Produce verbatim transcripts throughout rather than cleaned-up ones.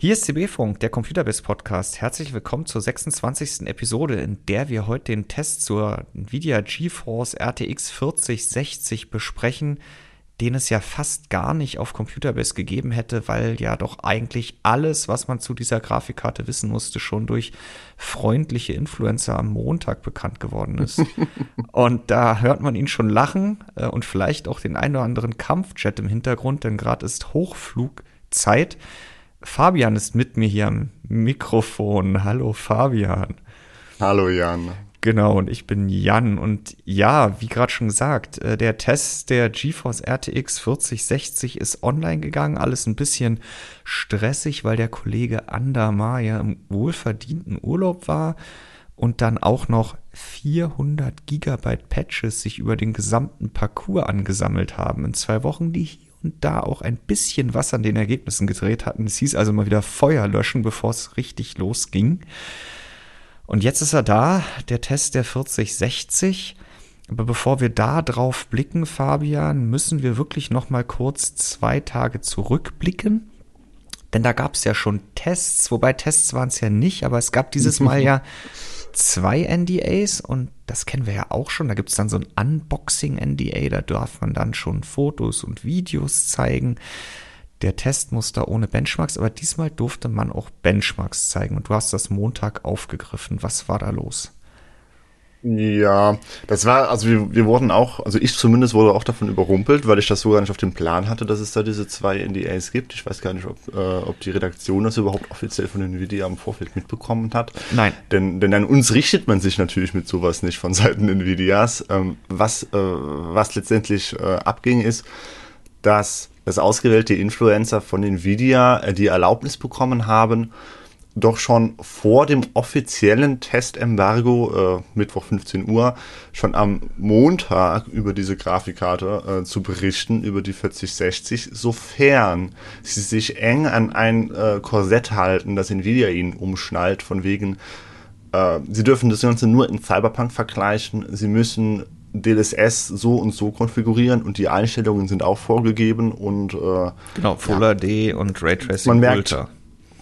Hier ist C B-Funk, der Computerbiz-Podcast. Herzlich willkommen zur sechsundzwanzigsten Episode, in der wir heute den Test zur Nvidia GeForce R T X vierzig sechzig besprechen, den es ja fast gar nicht auf Computerbiz gegeben hätte, weil ja doch eigentlich alles, was man zu dieser Grafikkarte wissen musste, schon durch freundliche Influencer am Montag bekannt geworden ist. Und da hört man ihn schon lachen äh, und vielleicht auch den einen oder anderen Kampfjet im Hintergrund, denn gerade ist Hochflugzeit. Fabian ist mit mir hier am Mikrofon. Hallo Fabian. Hallo Jan. Genau, und ich bin Jan. Und ja, wie gerade schon gesagt, der Test der GeForce R T X vierzig sechzig ist online gegangen. Alles ein bisschen stressig, weil der Kollege Andamar ja im wohlverdienten Urlaub war und dann auch noch vierhundert Gigabyte Patches sich über den gesamten Parcours angesammelt haben in zwei Wochen, die hier und da auch ein bisschen was an den Ergebnissen gedreht hatten. Es hieß also mal wieder Feuer löschen, bevor es richtig losging. Und jetzt ist er da, der Test der vierzig sechzig. Aber bevor wir da drauf blicken, Fabian, müssen wir wirklich noch mal kurz zwei Tage zurückblicken. Denn da gab es ja schon Tests, wobei Tests waren es ja nicht, aber es gab dieses Mal ja zwei N D As und das kennen wir ja auch schon. Da gibt es dann so ein Unboxing-N D A, da darf man dann schon Fotos und Videos zeigen. Der Test muss da ohne Benchmarks, aber diesmal durfte man auch Benchmarks zeigen und du hast das Montag aufgegriffen. Was war da los? Ja, das war, also wir, wir wurden auch, also ich zumindest wurde auch davon überrumpelt, weil ich das so gar nicht auf dem Plan hatte, dass es da diese zwei N D As gibt. Ich weiß gar nicht, ob, äh, ob die Redaktion das überhaupt offiziell von Nvidia im Vorfeld mitbekommen hat. Nein. Denn, denn an uns richtet man sich natürlich mit sowas nicht von Seiten Nvidias. Ähm, was, äh, was letztendlich äh, abging, ist, dass das ausgewählte Influencer von Nvidia äh, die Erlaubnis bekommen haben, doch schon vor dem offiziellen Testembargo, äh, Mittwoch fünfzehn Uhr, schon am Montag über diese Grafikkarte äh, zu berichten, über die vierzig sechzig, sofern sie sich eng an ein äh, Korsett halten, das Nvidia ihnen umschnallt, von wegen, äh, sie dürfen das Ganze nur in Cyberpunk vergleichen, sie müssen D L S S so und so konfigurieren und die Einstellungen sind auch vorgegeben und äh, genau, Full ja, H D und Raytracing man merkt, Ultra.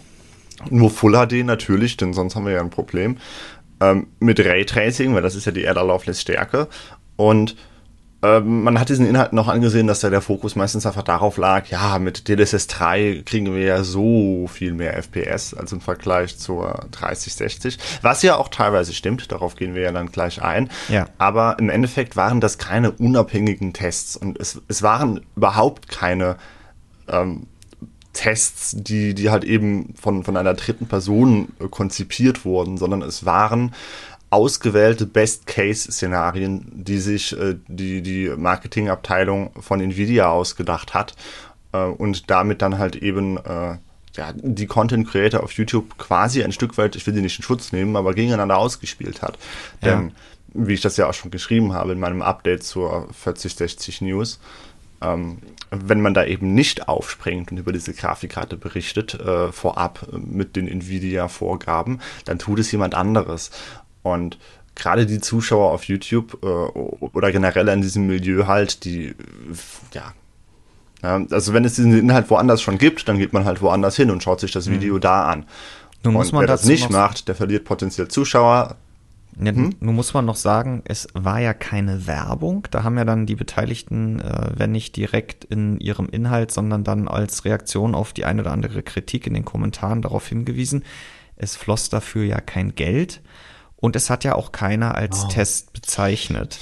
Nur Full H D natürlich, denn sonst haben wir ja ein Problem. Ähm, mit Raytracing, weil das ist ja die Adder-Loveless-Stärke. Und ähm, man hat diesen Inhalt noch angesehen, dass da der Fokus meistens einfach darauf lag, ja, mit D L S S drei kriegen wir ja so viel mehr F P S als im Vergleich zur dreißig sechzig. Was ja auch teilweise stimmt, darauf gehen wir ja dann gleich ein. Ja. Aber im Endeffekt waren das keine unabhängigen Tests. Und es, es waren überhaupt keine ähm, Tests, die, die halt eben von, von einer dritten Person äh, konzipiert wurden, sondern es waren ausgewählte Best-Case-Szenarien, die sich äh, die, die Marketingabteilung von Nvidia ausgedacht hat äh, und damit dann halt eben äh, ja, die Content-Creator auf YouTube quasi ein Stück weit, ich will sie nicht in Schutz nehmen, aber gegeneinander ausgespielt hat. Ja. Denn, wie ich das ja auch schon geschrieben habe in meinem Update zur vierzig sechzig News, Ähm, wenn man da eben nicht aufspringt und über diese Grafikkarte berichtet, äh, vorab mit den Nvidia-Vorgaben, dann tut es jemand anderes. Und gerade die Zuschauer auf YouTube äh, oder generell in diesem Milieu halt, die, ja, ja, also wenn es diesen Inhalt woanders schon gibt, dann geht man halt woanders hin und schaut sich das Video mhm. da an. Nun muss und man wer das nicht noch macht, der verliert potenziell Zuschauer. Ja, Hm? Nun muss man noch sagen, es war ja keine Werbung. Da haben ja dann die Beteiligten, äh, wenn nicht direkt in ihrem Inhalt, sondern dann als Reaktion auf die eine oder andere Kritik in den Kommentaren darauf hingewiesen, es floss dafür ja kein Geld und es hat ja auch keiner als oh. Test bezeichnet.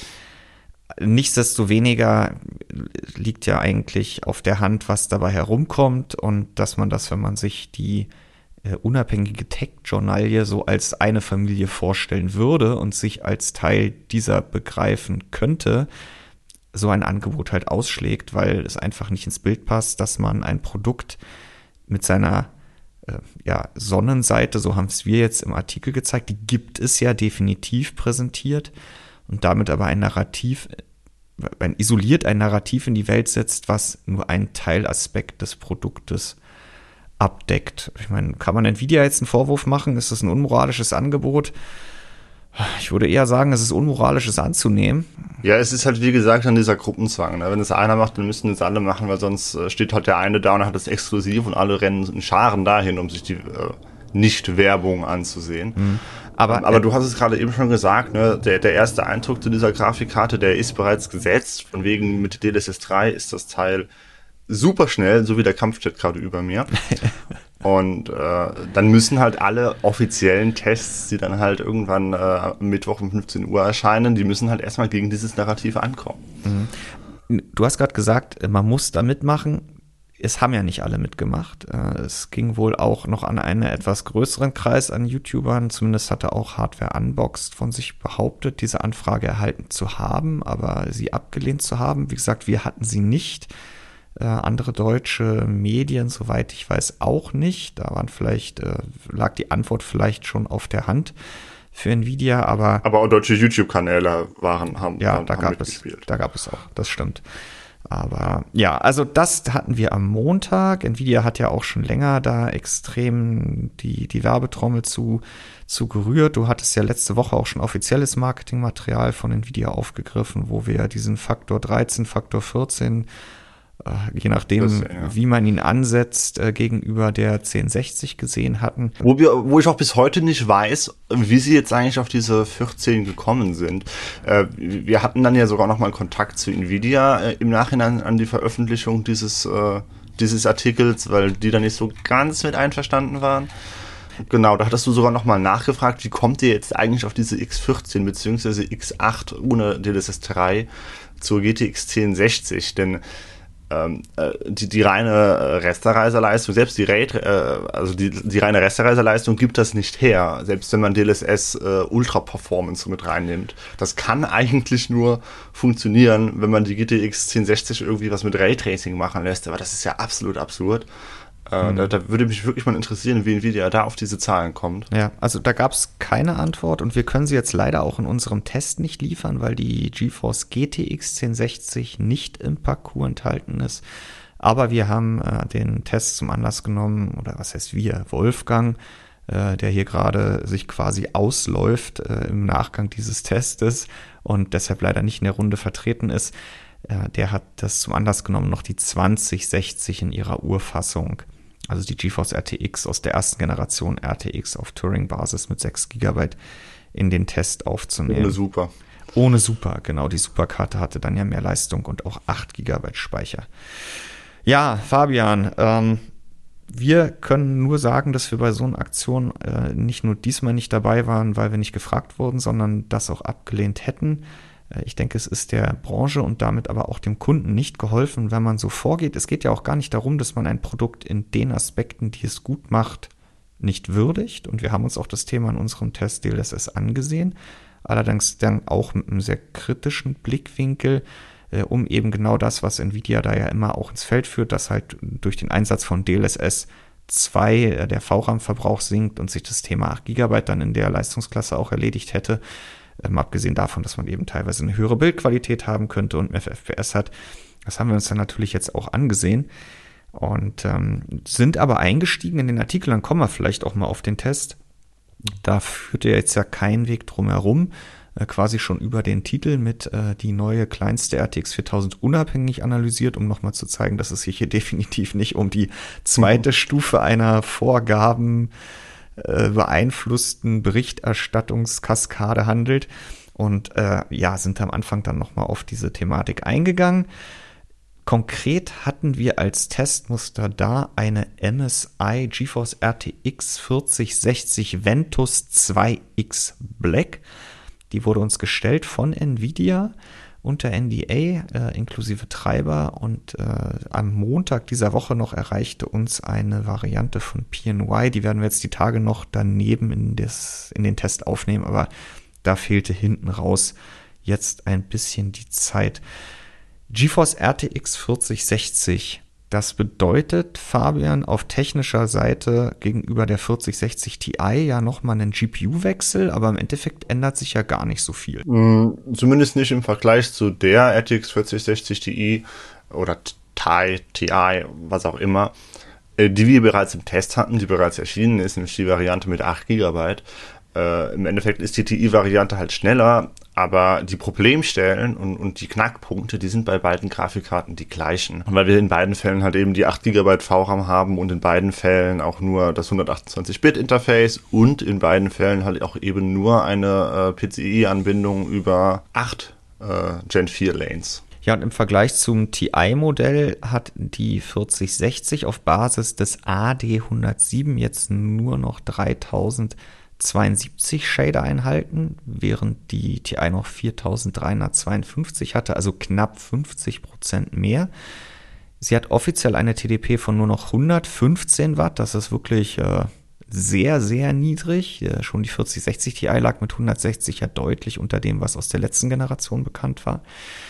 Nichtsdestoweniger liegt ja eigentlich auf der Hand, was dabei herumkommt und dass man das, wenn man sich die unabhängige Tech-Journalie so als eine Familie vorstellen würde und sich als Teil dieser begreifen könnte, so ein Angebot halt ausschlägt, weil es einfach nicht ins Bild passt, dass man ein Produkt mit seiner äh, ja, Sonnenseite, so haben es wir jetzt im Artikel gezeigt, die gibt es ja definitiv präsentiert und damit aber ein Narrativ, ein isoliert ein Narrativ in die Welt setzt, was nur einen Teilaspekt des Produktes abdeckt. Ich meine, kann man Nvidia jetzt einen Vorwurf machen? Ist das ein unmoralisches Angebot? ich würde eher sagen, es ist unmoralisch, es anzunehmen. Ja, es ist halt, wie gesagt, dann dieser Gruppenzwang. Ne? Wenn es einer macht, dann müssen es alle machen, weil sonst äh, steht halt der eine da und hat das exklusiv und alle rennen in Scharen dahin, um sich die äh, Nicht-Werbung anzusehen. Mhm. Aber, ähm, aber äh, du hast es gerade eben schon gesagt, ne? der, der erste Eindruck zu dieser Grafikkarte, der ist bereits gesetzt. Von wegen mit D L S S drei ist das Teil super schnell, so wie der Kampfjet gerade über mir. Und äh, dann müssen halt alle offiziellen Tests, die dann halt irgendwann äh, am Mittwoch um fünfzehn Uhr erscheinen, die müssen halt erstmal gegen dieses Narrativ ankommen. Mhm. Du hast gerade gesagt, man muss da mitmachen. Es haben ja nicht alle mitgemacht. Es ging wohl auch noch an einen etwas größeren Kreis an YouTubern. Zumindest hatte auch Hardware Unboxed von sich behauptet, diese Anfrage erhalten zu haben, aber sie abgelehnt zu haben. Wie gesagt, wir hatten sie nicht. Äh, andere deutsche Medien, soweit ich weiß, auch nicht. Da waren vielleicht, äh, lag die Antwort vielleicht schon auf der Hand für Nvidia, aber. Aber auch deutsche YouTube-Kanäle waren, haben, ja, haben, da haben gab mitgespielt. es, da gab es auch, das stimmt. Aber ja, also das hatten wir am Montag. Nvidia hat ja auch schon länger da extrem die, die Werbetrommel zu, zu gerührt. Du hattest ja letzte Woche auch schon offizielles Marketingmaterial von Nvidia aufgegriffen, wo wir diesen Faktor dreizehn, Faktor vierzehn, je nachdem, das, ja. wie man ihn ansetzt, äh, gegenüber der zehn sechzig gesehen hatten. Wo, wir, wo ich auch bis heute nicht weiß, wie sie jetzt eigentlich auf diese vierzehn gekommen sind. Äh, wir hatten dann ja sogar noch mal Kontakt zu Nvidia äh, im Nachhinein an die Veröffentlichung dieses, äh, dieses Artikels, weil die da nicht so ganz mit einverstanden waren. Genau, da hattest du sogar noch mal nachgefragt, wie kommt ihr jetzt eigentlich auf diese X vierzehn bzw. X acht ohne D L S S drei zur G T X zehn sechzig, denn Ähm, äh, die, die reine Rasterreiserleistung, selbst die Ray, äh, also die, die reine Rasterreiserleistung gibt das nicht her, selbst wenn man D L S S äh, Ultra Performance mit reinnimmt. Das kann eigentlich nur funktionieren, wenn man die G T X zehn sechzig irgendwie was mit Raytracing machen lässt, aber das ist ja absolut absurd. Äh, mhm. da, da würde mich wirklich mal interessieren, wie Nvidia da auf diese Zahlen kommt. Ja, also da gab es keine Antwort und wir können sie jetzt leider auch in unserem Test nicht liefern, weil die GeForce G T X zehn sechzig nicht im Parcours enthalten ist. Aber wir haben äh, den Test zum Anlass genommen, oder was heißt wir, Wolfgang, äh, der hier gerade sich quasi ausläuft äh, im Nachgang dieses Testes und deshalb leider nicht in der Runde vertreten ist. Äh, der hat das zum Anlass genommen, noch die zwanzig sechzig in ihrer Urfassung, also die GeForce R T X aus der ersten Generation R T X auf Turing-Basis mit sechs Gigabyte in den Test aufzunehmen. Ohne Super. Ohne Super, genau. Die Superkarte hatte dann ja mehr Leistung und auch acht Gigabyte Speicher. Ja, Fabian, ähm, wir können nur sagen, dass wir bei so einer Aktion äh, nicht nur diesmal nicht dabei waren, weil wir nicht gefragt wurden, sondern das auch abgelehnt hätten. Ich denke, es ist der Branche und damit aber auch dem Kunden nicht geholfen, wenn man so vorgeht. Es geht ja auch gar nicht darum, dass man ein Produkt in den Aspekten, die es gut macht, nicht würdigt. Und wir haben uns auch das Thema in unserem Test D L S S angesehen. Allerdings dann auch mit einem sehr kritischen Blickwinkel, äh, um eben genau das, was Nvidia da ja immer auch ins Feld führt, dass halt durch den Einsatz von D L S S zwei äh, der V RAM-Verbrauch sinkt und sich das Thema acht Gigabyte dann in der Leistungsklasse auch erledigt hätte. Ähm, abgesehen davon, dass man eben teilweise eine höhere Bildqualität haben könnte und mehr F P S hat. Das haben wir uns dann natürlich jetzt auch angesehen und ähm, sind aber eingestiegen in den Artikel. Dann kommen wir vielleicht auch mal auf den Test. Da führt ja jetzt ja kein Weg drum herum, äh, quasi schon über den Titel mit äh, die neue kleinste R T X viertausend unabhängig analysiert, um nochmal zu zeigen, dass es sich hier definitiv nicht um die zweite mhm. Stufe einer Vorgaben beeinflussten Berichterstattungskaskade handelt und äh, ja, sind am Anfang dann nochmal auf diese Thematik eingegangen. Konkret hatten wir als Testmuster da eine M S I GeForce R T X vierzig sechzig Ventus zwei X Black. Die wurde uns gestellt von Nvidia unter N D A, äh, inklusive Treiber, und äh, am Montag dieser Woche noch erreichte uns eine Variante von P N Y, die werden wir jetzt die Tage noch daneben in, das, in den Test aufnehmen, aber da fehlte hinten raus jetzt ein bisschen die Zeit. GeForce R T X vierzig sechzig, das bedeutet, Fabian, auf technischer Seite gegenüber der vierzig sechzig Ti ja nochmal einen G P U-Wechsel, aber im Endeffekt ändert sich ja gar nicht so viel. Mm, zumindest nicht im Vergleich zu der R T X vierzig sechzig Ti oder Ti, Ti, was auch immer, die wir bereits im Test hatten, die bereits erschienen ist, nämlich die Variante mit acht Gigabyte. Äh, im Endeffekt ist die T I-Variante halt schneller, aber die Problemstellen und, und die Knackpunkte, die sind bei beiden Grafikkarten die gleichen. Weil wir in beiden Fällen halt eben die acht Gigabyte V RAM haben und in beiden Fällen auch nur das hundertachtundzwanzig Bit Interface und in beiden Fällen halt auch eben nur eine äh, P C I-Anbindung über acht äh, Gen vier Lanes. Ja, und im Vergleich zum T I-Modell hat die vierzig sechzig auf Basis des A D hundertsieben jetzt nur noch dreitausendzweiundsiebzig Shader-Einheiten, während die T I noch viertausenddreihundertzweiundfünfzig hatte, also knapp fünfzig Prozent mehr. Sie hat offiziell eine T D P von nur noch hundertfünfzehn Watt, das ist wirklich äh, sehr, sehr niedrig. Äh, schon die vierzig sechzig Ti lag mit hundertsechzig ja deutlich unter dem, was aus der letzten Generation bekannt war.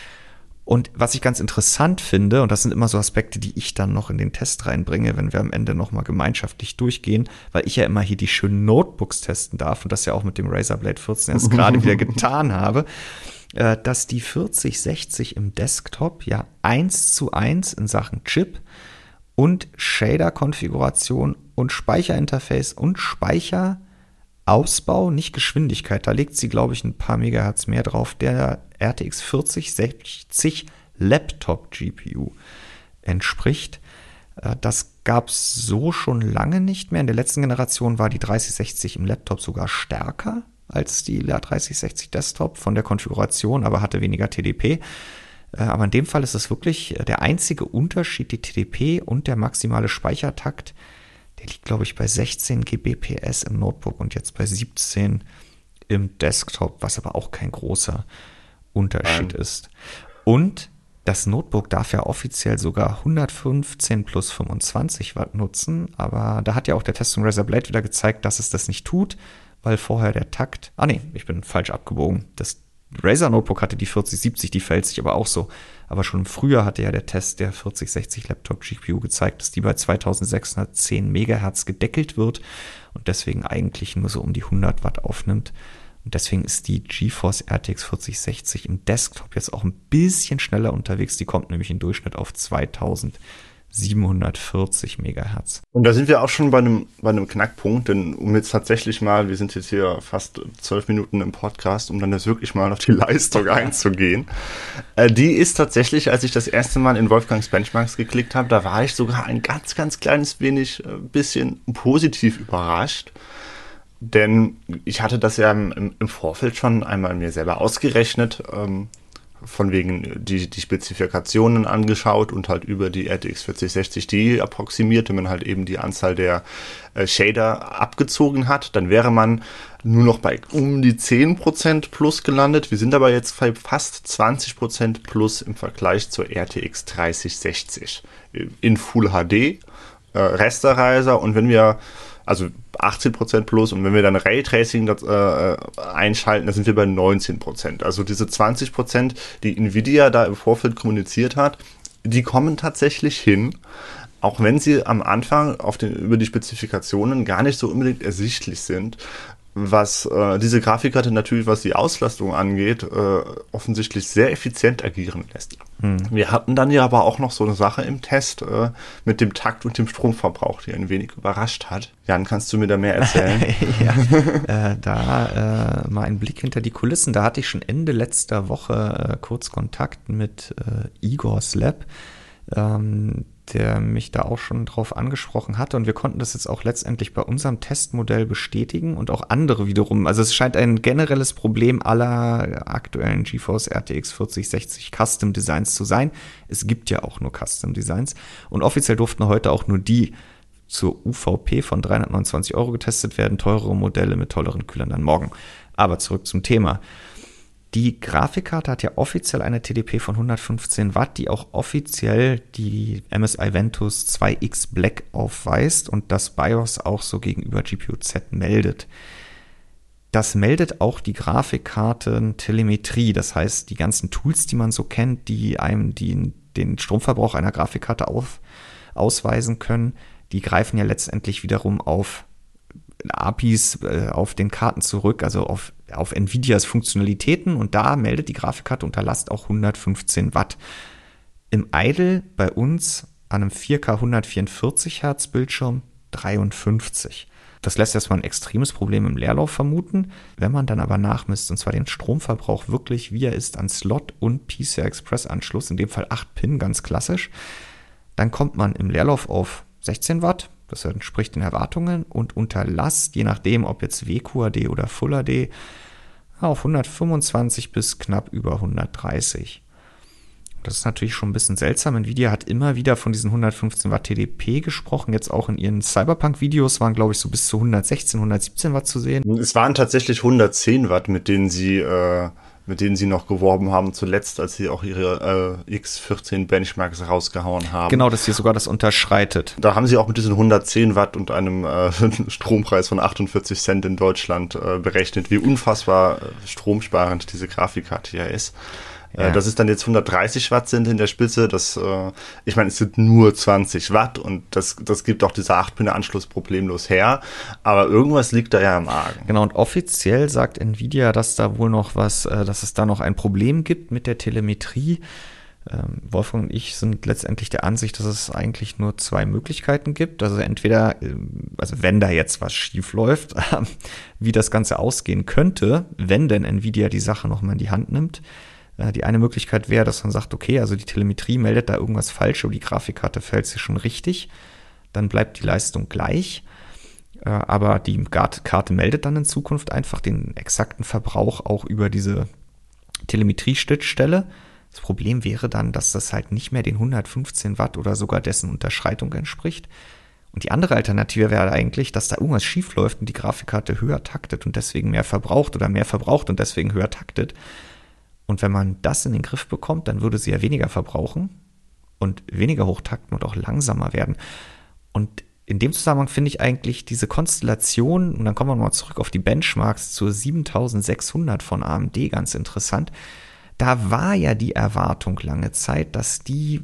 Und was ich ganz interessant finde, und das sind immer so Aspekte, die ich dann noch in den Test reinbringe, wenn wir am Ende nochmal gemeinschaftlich durchgehen, weil ich ja immer hier die schönen Notebooks testen darf und das ja auch mit dem Razer Blade vierzehn erst gerade wieder getan habe, äh, dass die vierzig sechzig im Desktop ja eins zu eins in Sachen Chip und Shader-Konfiguration und Speicherinterface und Speicherausbau, nicht Geschwindigkeit, da legt sie, glaube ich, ein paar Megahertz mehr drauf, der R T X vierzig sechzig Laptop G P U entspricht. Das gab es so schon lange nicht mehr. In der letzten Generation war die dreißig sechzig im Laptop sogar stärker als die dreißig sechzig Desktop von der Konfiguration, aber hatte weniger T D P. Aber in dem Fall ist es wirklich der einzige Unterschied, die T D P und der maximale Speichertakt. Der liegt, glaube ich, bei sechzehn Gigabyte P S im Notebook und jetzt bei siebzehn im Desktop, was aber auch kein großer Unterschied Nein. ist. Und das Notebook darf ja offiziell sogar hundertfünfzehn plus fünfundzwanzig Watt nutzen, aber da hat ja auch der Test zum Razer Blade wieder gezeigt, dass es das nicht tut, weil vorher der Takt, ah nee, ich bin falsch abgebogen, das Razer Notebook hatte die vierzig siebzig, die verhält sich aber auch so, aber schon früher hatte ja der Test der vierzig sechzig Laptop G P U gezeigt, dass die bei zweitausendsechshundertzehn Megahertz gedeckelt wird und deswegen eigentlich nur so um die hundert Watt aufnimmt. Und deswegen ist die GeForce R T X vierzig sechzig im Desktop jetzt auch ein bisschen schneller unterwegs. Die kommt nämlich im Durchschnitt auf zweitausendsiebenhundertvierzig Megahertz. Und da sind wir auch schon bei einem, bei einem Knackpunkt, denn um jetzt tatsächlich mal, wir sind jetzt hier fast zwölf Minuten im Podcast, um dann jetzt wirklich mal auf die Leistung einzugehen. Äh, die ist tatsächlich, als ich das erste Mal in Wolfgangs Benchmarks geklickt habe, da war ich sogar ein ganz, ganz kleines wenig, äh, bisschen positiv überrascht. Denn ich hatte das ja im, im Vorfeld schon einmal mir selber ausgerechnet, ähm, von wegen die, die Spezifikationen angeschaut und halt über die R T X vierzig sechzig Ti approximiert, wenn man halt eben die Anzahl der äh, Shader abgezogen hat, dann wäre man nur noch bei um die zehn Prozent plus gelandet. Wir sind aber jetzt bei fast zwanzig Prozent plus im Vergleich zur R T X dreißig sechzig in Full H D, äh, Rasterizer, und wenn wir also achtzehn Prozent plus, und wenn wir dann Raytracing das, äh, einschalten, dann sind wir bei neunzehn Prozent. Also diese zwanzig Prozent, die Nvidia da im Vorfeld kommuniziert hat, die kommen tatsächlich hin, auch wenn sie am Anfang auf den, über die Spezifikationen gar nicht so unbedingt ersichtlich sind, was äh, diese Grafikkarte natürlich, was die Auslastung angeht, äh, offensichtlich sehr effizient agieren lässt. Hm. Wir hatten dann ja aber auch noch so eine Sache im Test äh, mit dem Takt und dem Stromverbrauch, die ein wenig überrascht hat. Jan, kannst du mir da mehr erzählen? ja, äh, da äh, mal ein Blick hinter die Kulissen. Da hatte ich schon Ende letzter Woche äh, kurz Kontakt mit äh, Igor's Lab, ähm, der mich da auch schon drauf angesprochen hatte, und wir konnten das jetzt auch letztendlich bei unserem Testmodell bestätigen und auch andere wiederum. Also es scheint ein generelles Problem aller aktuellen GeForce R T X vierzig sechzig Custom Designs zu sein. Es gibt ja auch nur Custom Designs und offiziell durften heute auch nur die zur U V P von dreihundertneunundzwanzig Euro getestet werden, teurere Modelle mit tolleren Kühlern dann morgen. Aber zurück zum Thema. Die Grafikkarte hat ja offiziell eine T D P von hundertfünfzehn Watt, die auch offiziell die M S I Ventus zwei X Black aufweist und das BIOS auch so gegenüber G P U Z meldet. Das meldet auch die Grafikkarten-Telemetrie, das heißt die ganzen Tools, die man so kennt, die einem die, den Stromverbrauch einer Grafikkarte auf, ausweisen können, die greifen ja letztendlich wiederum auf A P Is äh, auf den Karten zurück, also auf, auf Nvidias Funktionalitäten, und da meldet die Grafikkarte unter Last auch hundertfünfzehn Watt. Im Idle bei uns an einem vier K hundertvierundvierzig Hertz Bildschirm dreiundfünfzig. Das lässt erstmal ein extremes Problem im Leerlauf vermuten. Wenn man dann aber nachmisst, und zwar den Stromverbrauch wirklich, wie er ist an Slot- und P C I Express-Anschluss, in dem Fall acht Pin, ganz klassisch, dann kommt man im Leerlauf auf sechzehn Watt, das entspricht den Erwartungen, und unter Last, je nachdem, ob jetzt W Q A D oder Full H D, auf hundertfünfundzwanzig bis knapp über hundertdreißig. Das ist natürlich schon ein bisschen seltsam. Nvidia hat immer wieder von diesen hundertfünfzehn Watt T D P gesprochen. Jetzt auch in ihren Cyberpunk-Videos waren, glaube ich, so bis zu hundertsechzehn, hundertsiebzehn Watt zu sehen. Es waren tatsächlich hundertzehn Watt, mit denen sie, äh, mit denen sie noch geworben haben, zuletzt, als sie auch ihre äh, X vierzehn Benchmarks rausgehauen haben. Genau, dass hier sogar das unterschreitet. Da haben sie auch mit diesen hundertzehn Watt und einem äh, Strompreis von achtundvierzig Cent in Deutschland äh, berechnet, wie unfassbar stromsparend diese Grafikkarte hier ist. Ja. Dass es dann jetzt hundertdreißig Watt sind in der Spitze, das, äh, ich meine, es sind nur zwanzig Watt und das, das gibt auch dieser acht Pin Anschluss problemlos her, aber irgendwas liegt da ja im Argen. Genau, und offiziell sagt Nvidia, dass da wohl noch was, äh, dass es da noch ein Problem gibt mit der Telemetrie. Ähm, Wolfgang und ich sind letztendlich der Ansicht, dass es eigentlich nur zwei Möglichkeiten gibt. Also entweder, also wenn da jetzt was schief läuft, wie das Ganze ausgehen könnte, wenn denn Nvidia die Sache nochmal in die Hand nimmt. Die eine Möglichkeit wäre, dass man sagt, okay, also die Telemetrie meldet da irgendwas falsch, aber die Grafikkarte fällt sich schon richtig. Dann bleibt die Leistung gleich. Aber die Karte meldet dann in Zukunft einfach den exakten Verbrauch auch über diese Telemetrie-Schnittstelle. Das Problem wäre dann, dass das halt nicht mehr den hundertfünfzehn Watt oder sogar dessen Unterschreitung entspricht. Und die andere Alternative wäre eigentlich, dass da irgendwas schief läuft und die Grafikkarte höher taktet und deswegen mehr verbraucht oder mehr verbraucht und deswegen höher taktet. Und wenn man das in den Griff bekommt, dann würde sie ja weniger verbrauchen und weniger hochtakten und auch langsamer werden. Und in dem Zusammenhang finde ich eigentlich diese Konstellation, und dann kommen wir mal zurück auf die Benchmarks zur siebentausendsechshundert von A M D ganz interessant. Da war ja die Erwartung lange Zeit, dass die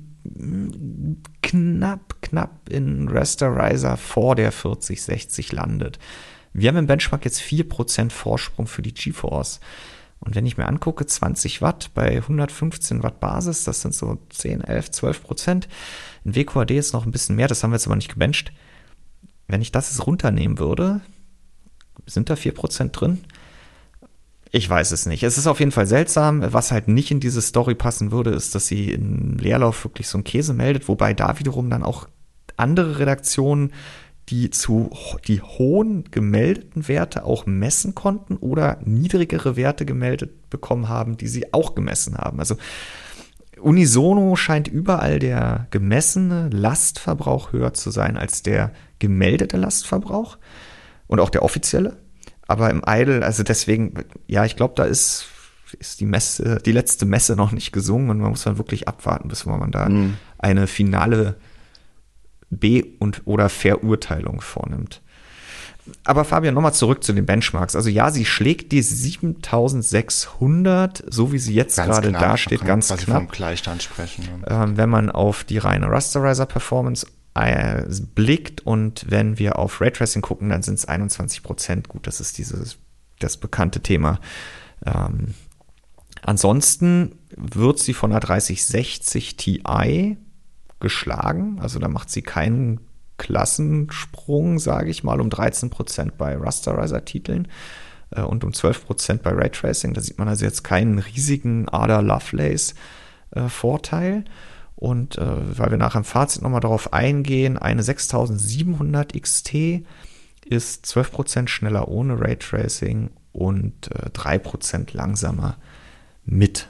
knapp, knapp in Rasterizer vor der vierzig sechzig landet. Wir haben im Benchmark jetzt vier Prozent Vorsprung für die GeForce. Und wenn ich mir angucke, zwanzig Watt bei hundertfünfzehn Watt Basis, das sind so zehn, elf, zwölf Prozent. In W Q A D ist noch ein bisschen mehr, das haben wir jetzt aber nicht gebencht. Wenn ich das jetzt runternehmen würde, sind da vier Prozent drin? Ich weiß es nicht. Es ist auf jeden Fall seltsam. Was halt nicht in diese Story passen würde, ist, dass sie im Leerlauf wirklich so einen Käse meldet, wobei da wiederum dann auch andere Redaktionen die zu die hohen gemeldeten Werte auch messen konnten oder niedrigere Werte gemeldet bekommen haben, die sie auch gemessen haben. Also unisono scheint überall der gemessene Lastverbrauch höher zu sein als der gemeldete Lastverbrauch und auch der offizielle. Aber im Idle, also deswegen, ja, ich glaube, da ist, ist die Messe, die letzte Messe noch nicht gesungen und man muss dann wirklich abwarten, bis man da mhm. eine finale Be- und oder Verurteilung vornimmt. Aber Fabian, nochmal zurück zu den Benchmarks. Also ja, sie schlägt die siebentausendsechshundert, so wie sie jetzt ganz gerade knapp, dasteht, ganz knapp. Vom Gleichstand sprechen. Ja. Ähm, wenn man auf die reine Rasterizer-Performance äh, blickt und wenn wir auf Raytracing gucken, dann sind es einundzwanzig Prozent. Gut, das ist dieses das bekannte Thema. Ähm, ansonsten wird sie von der dreißig sechzig Ti geschlagen, also da macht sie keinen Klassensprung, sage ich mal, um dreizehn Prozent bei Rasterizer-Titeln äh, und um zwölf Prozent bei Raytracing. Da sieht man also jetzt keinen riesigen Ada Lovelace-Vorteil. Äh, und äh, weil wir nachher im Fazit nochmal darauf eingehen, eine sechstausendsiebenhundert X T ist zwölf Prozent schneller ohne Raytracing und äh, drei Prozent langsamer mit.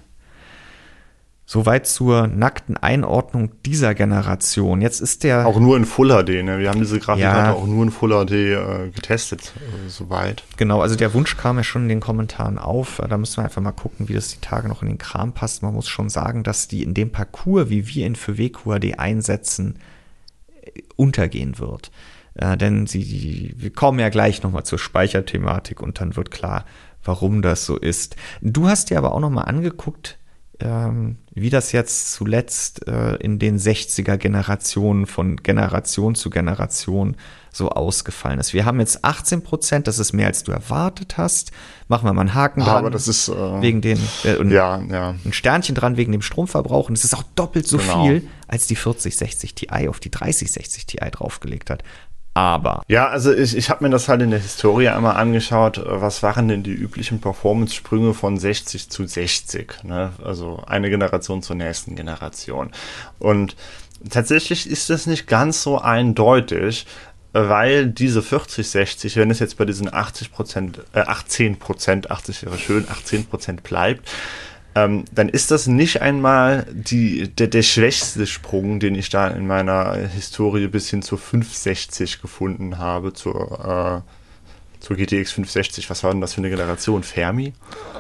Soweit zur nackten Einordnung dieser Generation. Jetzt ist der... Auch nur in Full H D, ne? Wir haben diese Grafikkarte ja auch nur in Full H D äh, getestet, äh, soweit. Genau, also der Wunsch kam ja schon in den Kommentaren auf. Da müssen wir einfach mal gucken, wie das die Tage noch in den Kram passt. Man muss schon sagen, dass die in dem Parcours, wie wir ihn für W Q H D einsetzen, untergehen wird. Äh, denn sie, die, wir kommen ja gleich nochmal zur Speicherthematik und dann wird klar, warum das so ist. Du hast dir aber auch nochmal angeguckt, wie das jetzt zuletzt äh, in den sechziger Generationen von Generation zu Generation so ausgefallen ist. Wir haben jetzt achtzehn Prozent, das ist mehr als du erwartet hast. Machen wir mal einen Haken dran. Aber das ist äh, wegen den äh, und ja, ja. ein Sternchen dran wegen dem Stromverbrauch. Und es ist auch doppelt so genau. viel, als die vierzig sechzig Ti auf die dreißig sechzig Ti draufgelegt hat. Aber. Ja, also ich, ich habe mir das halt in der Historie einmal angeschaut, was waren denn die üblichen Performance-Sprünge von sechzig zu sechzig, ne? Also eine Generation zur nächsten Generation. Und tatsächlich ist das nicht ganz so eindeutig, weil diese vierzig sechzig, wenn es jetzt bei diesen achtzig Prozent, äh, achtzehn Prozent, achtzig wäre schön, achtzehn Prozent bleibt, Ähm, dann ist das nicht einmal die, der, der schwächste Sprung, den ich da in meiner Historie bis hin zur fünfhundertsechzig gefunden habe, zur, äh, zur G T X fünfhundertsechzig. Was war denn das für eine Generation? Fermi?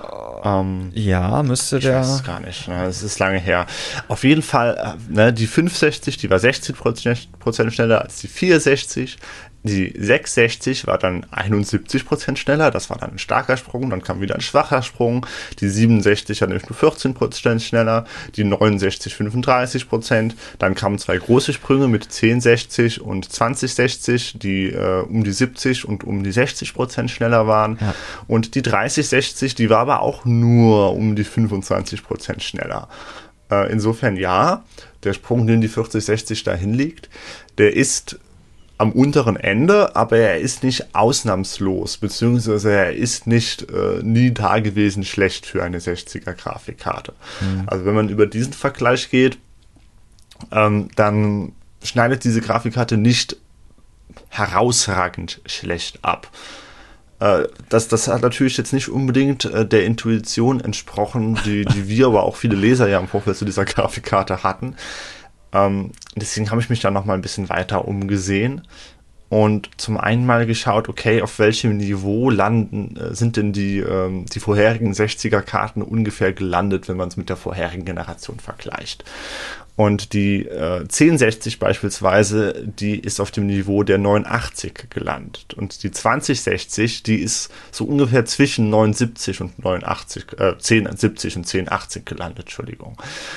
Ähm, ja, müsste ich der... weiß es gar nicht, ne? Das ist lange her. Auf jeden Fall, äh, ne, die fünfhundertsechzig, die war sechzehn Prozent schneller als die vierhundertsechzig. Die sechshundertsechzig war dann einundsiebzig Prozent schneller, das war dann ein starker Sprung, dann kam wieder ein schwacher Sprung, die siebenundsechzig war nämlich nur vierzehn Prozent schneller, die neunundsechzig fünfunddreißig Prozent, dann kamen zwei große Sprünge mit zehn sechzig und zwanzig sechzig, die äh, um die siebzig und um die sechzig Prozent schneller waren, ja. Und die dreißig sechzig, die war aber auch nur um die fünfundzwanzig Prozent schneller. Äh, insofern ja, der Sprung, den die vierzig sechzig dahin liegt, der ist am unteren Ende, aber er ist nicht ausnahmslos, beziehungsweise er ist nicht äh, nie da gewesen schlecht für eine sechziger Grafikkarte. Mhm. Also wenn man über diesen Vergleich geht, ähm, dann schneidet diese Grafikkarte nicht herausragend schlecht ab. Äh, das, das hat natürlich jetzt nicht unbedingt äh, der Intuition entsprochen, die, die wir, aber auch viele Leser ja im Vorfeld zu dieser Grafikkarte hatten. Ähm, deswegen habe ich mich da noch mal ein bisschen weiter umgesehen und zum einen mal geschaut, okay, auf welchem Niveau landen, äh, sind denn die, ähm, die vorherigen sechziger-Karten ungefähr gelandet, wenn man es mit der vorherigen Generation vergleicht. Und die äh, zehn sechzig beispielsweise, die ist auf dem Niveau der neunundachtzig gelandet. Und die zwanzig sechzig, die ist so ungefähr zwischen neunundsiebzig und neunundachtzig, äh, zehn siebzig und zehn achtzig gelandet, Entschuldigung.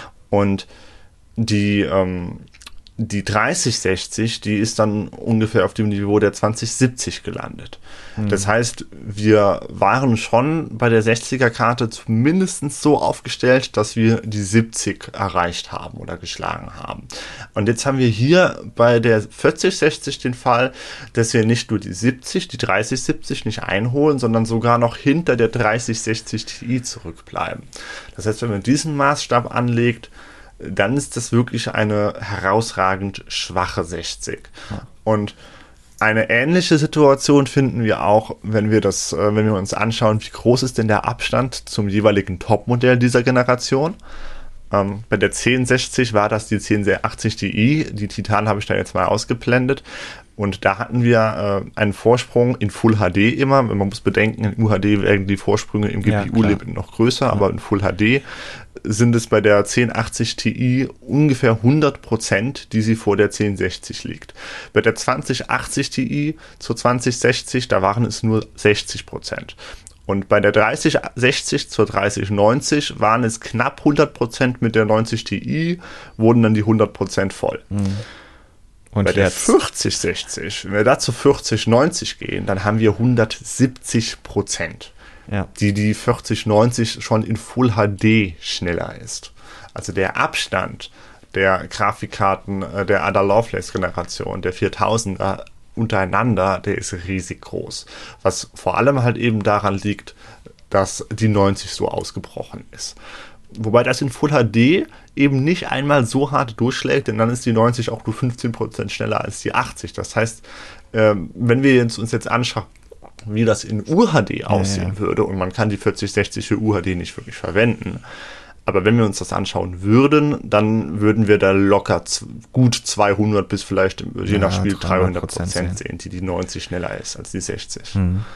Und Die, ähm, die dreißig sechzig, die ist dann ungefähr auf dem Niveau der zwanzig siebzig gelandet. Mhm. Das heißt, wir waren schon bei der sechziger-Karte zumindest so aufgestellt, dass wir die siebzig erreicht haben oder geschlagen haben. Und jetzt haben wir hier bei der vierzig sechzig den Fall, dass wir nicht nur die siebzig, die dreißig siebzig nicht einholen, sondern sogar noch hinter der dreißig sechzig Ti zurückbleiben. Das heißt, wenn man diesen Maßstab anlegt, dann ist das wirklich eine herausragend schwache sechzig. Ja. Und eine ähnliche Situation finden wir auch, wenn wir das, äh, wenn wir uns anschauen, wie groß ist denn der Abstand zum jeweiligen Topmodell dieser Generation. Ähm, bei der zehn sechzig war das die zehn achtzig Ti, die Titan habe ich da jetzt mal ausgeblendet. Und da hatten wir äh, einen Vorsprung in Full H D immer. Man muss bedenken, in U H D werden die Vorsprünge im G P U-Limit ja, noch größer, ja. Aber in Full H D sind es bei der zehn achtzig Ti ungefähr hundert Prozent, die sie vor der zehn sechzig liegt. Bei der zwanzig achtzig Ti zur zwanzig sechzig, da waren es nur sechzig Prozent. Und bei der dreißig sechzig zur dreißig neunzig waren es knapp hundert Prozent mit der neunzig Ti, wurden dann die hundert Prozent voll. Mhm. Und bei der vierzig sechzig, wenn wir da zu vierzig neunzig gehen, dann haben wir hundertsiebzig Prozent, ja. die die vierzig neunzig schon in Full H D schneller ist. Also der Abstand der Grafikkarten der Ada Lovelace Generation, der viertausender untereinander, der ist riesig groß. Was vor allem halt eben daran liegt, dass die neunzig so ausgebrochen ist. Wobei das in Full H D eben nicht einmal so hart durchschlägt, denn dann ist die neunzig auch nur fünfzehn Prozent schneller als die achtzig. Das heißt, ähm, wenn wir jetzt, uns jetzt anschauen, wie das in U H D aussehen ja, ja. würde, und man kann die vierzig sechzig für U H D nicht wirklich verwenden, aber wenn wir uns das anschauen würden, dann würden wir da locker z- gut zweihundert bis vielleicht je ja, nach Spiel dreihundert Prozent sehen, die die neunzig schneller ist als die sechzig. Mhm.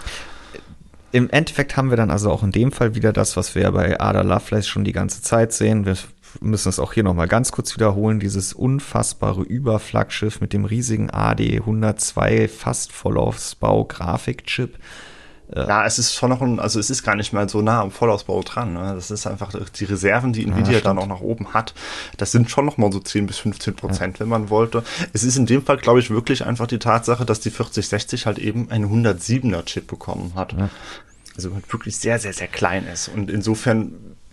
Im Endeffekt haben wir dann also auch in dem Fall wieder das, was wir bei Ada Lovelace schon die ganze Zeit sehen. Wir müssen es auch hier nochmal ganz kurz wiederholen. Dieses unfassbare Überflaggschiff mit dem riesigen A D hundertzwei, fast Vollausbau Grafikchip. Ja, es ist schon noch ein, also es ist gar nicht mal so nah am Vollausbau dran. Ne? Das ist einfach die Reserven, die Nvidia ja, dann auch nach oben hat. Das sind schon noch mal so zehn bis fünfzehn Prozent, ja. wenn man wollte. Es ist in dem Fall, glaube ich, wirklich einfach die Tatsache, dass die vierzig sechzig halt eben einen hundertsiebener Chip bekommen hat. Ja. Also wirklich sehr, sehr, sehr klein ist. Und insofern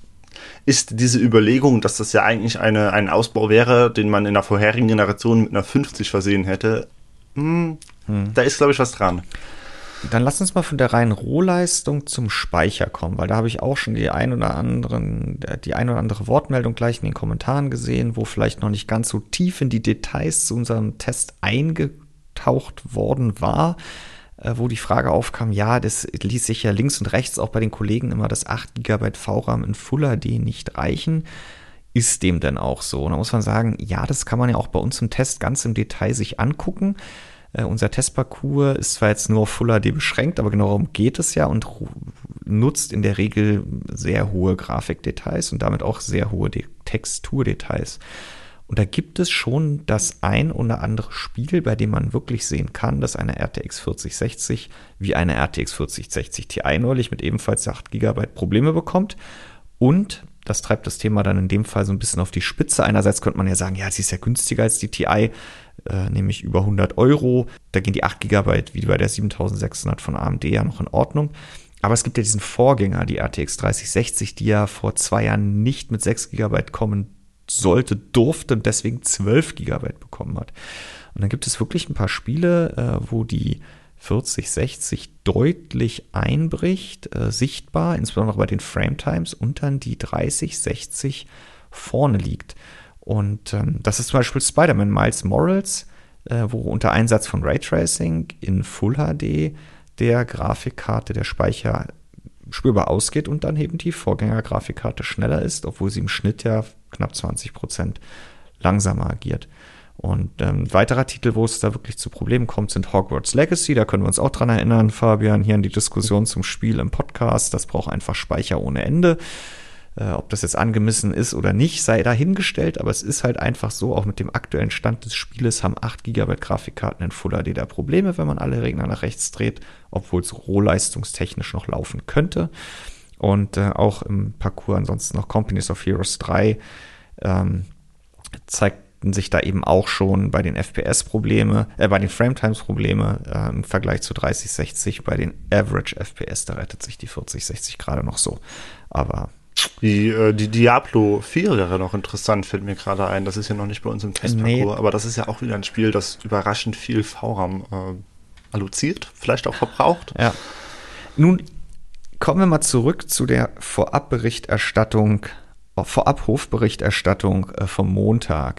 ist diese Überlegung, dass das ja eigentlich eine, ein Ausbau wäre, den man in der vorherigen Generation mit einer fünfzig versehen hätte, mh, hm. Da ist, glaube ich, was dran. Dann lass uns mal von der reinen Rohleistung zum Speicher kommen, weil da habe ich auch schon die ein oder anderen, die ein oder andere Wortmeldung gleich in den Kommentaren gesehen, wo vielleicht noch nicht ganz so tief in die Details zu unserem Test eingetaucht worden war, äh, wo die Frage aufkam, ja, das ließ sich ja links und rechts auch bei den Kollegen immer das acht Gigabyte V RAM in Full H D nicht reichen. Ist dem denn auch so? Und da muss man sagen, ja, das kann man ja auch bei uns im Test ganz im Detail sich angucken. Uh, unser Testparcours ist zwar jetzt nur auf Full H D beschränkt, aber genau darum geht es ja und nutzt in der Regel sehr hohe Grafikdetails und damit auch sehr hohe De- Texturdetails. Und da gibt es schon das ein oder andere Spiel, bei dem man wirklich sehen kann, dass eine R T X vierzig sechzig wie eine R T X vierzig sechzig Ti neulich mit ebenfalls acht Gigabyte Probleme bekommt. Und das treibt das Thema dann in dem Fall so ein bisschen auf die Spitze. Einerseits könnte man ja sagen, ja, sie ist ja günstiger als die Ti, äh, nämlich über hundert Euro. Da gehen die acht Gigabyte wie bei der siebentausendsechshundert von A M D ja noch in Ordnung. Aber es gibt ja diesen Vorgänger, die R T X dreißig sechzig, die ja vor zwei Jahren nicht mit sechs Gigabyte kommen sollte, durfte und deswegen zwölf Gigabyte bekommen hat. Und dann gibt es wirklich ein paar Spiele, äh, wo die vierzig sechzig deutlich einbricht, äh, sichtbar, insbesondere bei den Frame-Times, und dann die dreißig sechzig vorne liegt. Und ähm, das ist zum Beispiel Spider-Man Miles Morales, äh, wo unter Einsatz von Raytracing in Full H D der Grafikkarte der Speicher spürbar ausgeht und dann eben die Vorgängergrafikkarte schneller ist, obwohl sie im Schnitt ja knapp zwanzig Prozent langsamer agiert. Und ähm, ein weiterer Titel, wo es da wirklich zu Problemen kommt, sind Hogwarts Legacy. Da können wir uns auch dran erinnern, Fabian, hier an die Diskussion zum Spiel im Podcast. Das braucht einfach Speicher ohne Ende. Äh, ob das jetzt angemessen ist oder nicht, sei dahingestellt. Aber es ist halt einfach so, auch mit dem aktuellen Stand des Spieles haben acht Gigabyte Grafikkarten in Full H D da Probleme, wenn man alle Regler nach rechts dreht, obwohl es rohleistungstechnisch noch laufen könnte. Und äh, auch im Parcours ansonsten noch Companies of Heroes drei ähm, zeigt sich da eben auch schon bei den F P S-Probleme, äh, bei den Frame-Times-Probleme äh, im Vergleich zu dreißig sechzig. Bei den Average F P S, da rettet sich die vierzig sechzig gerade noch so. Aber die, äh, die Diablo vier wäre noch interessant, fällt mir gerade ein. Das ist ja noch nicht bei uns im Testparcours, nee. Aber das ist ja auch wieder ein Spiel, das überraschend viel V RAM äh, alloziert, vielleicht auch verbraucht. Ja. Nun kommen wir mal zurück zu der Vorabberichterstattung, Vorabrufberichterstattung äh, vom Montag.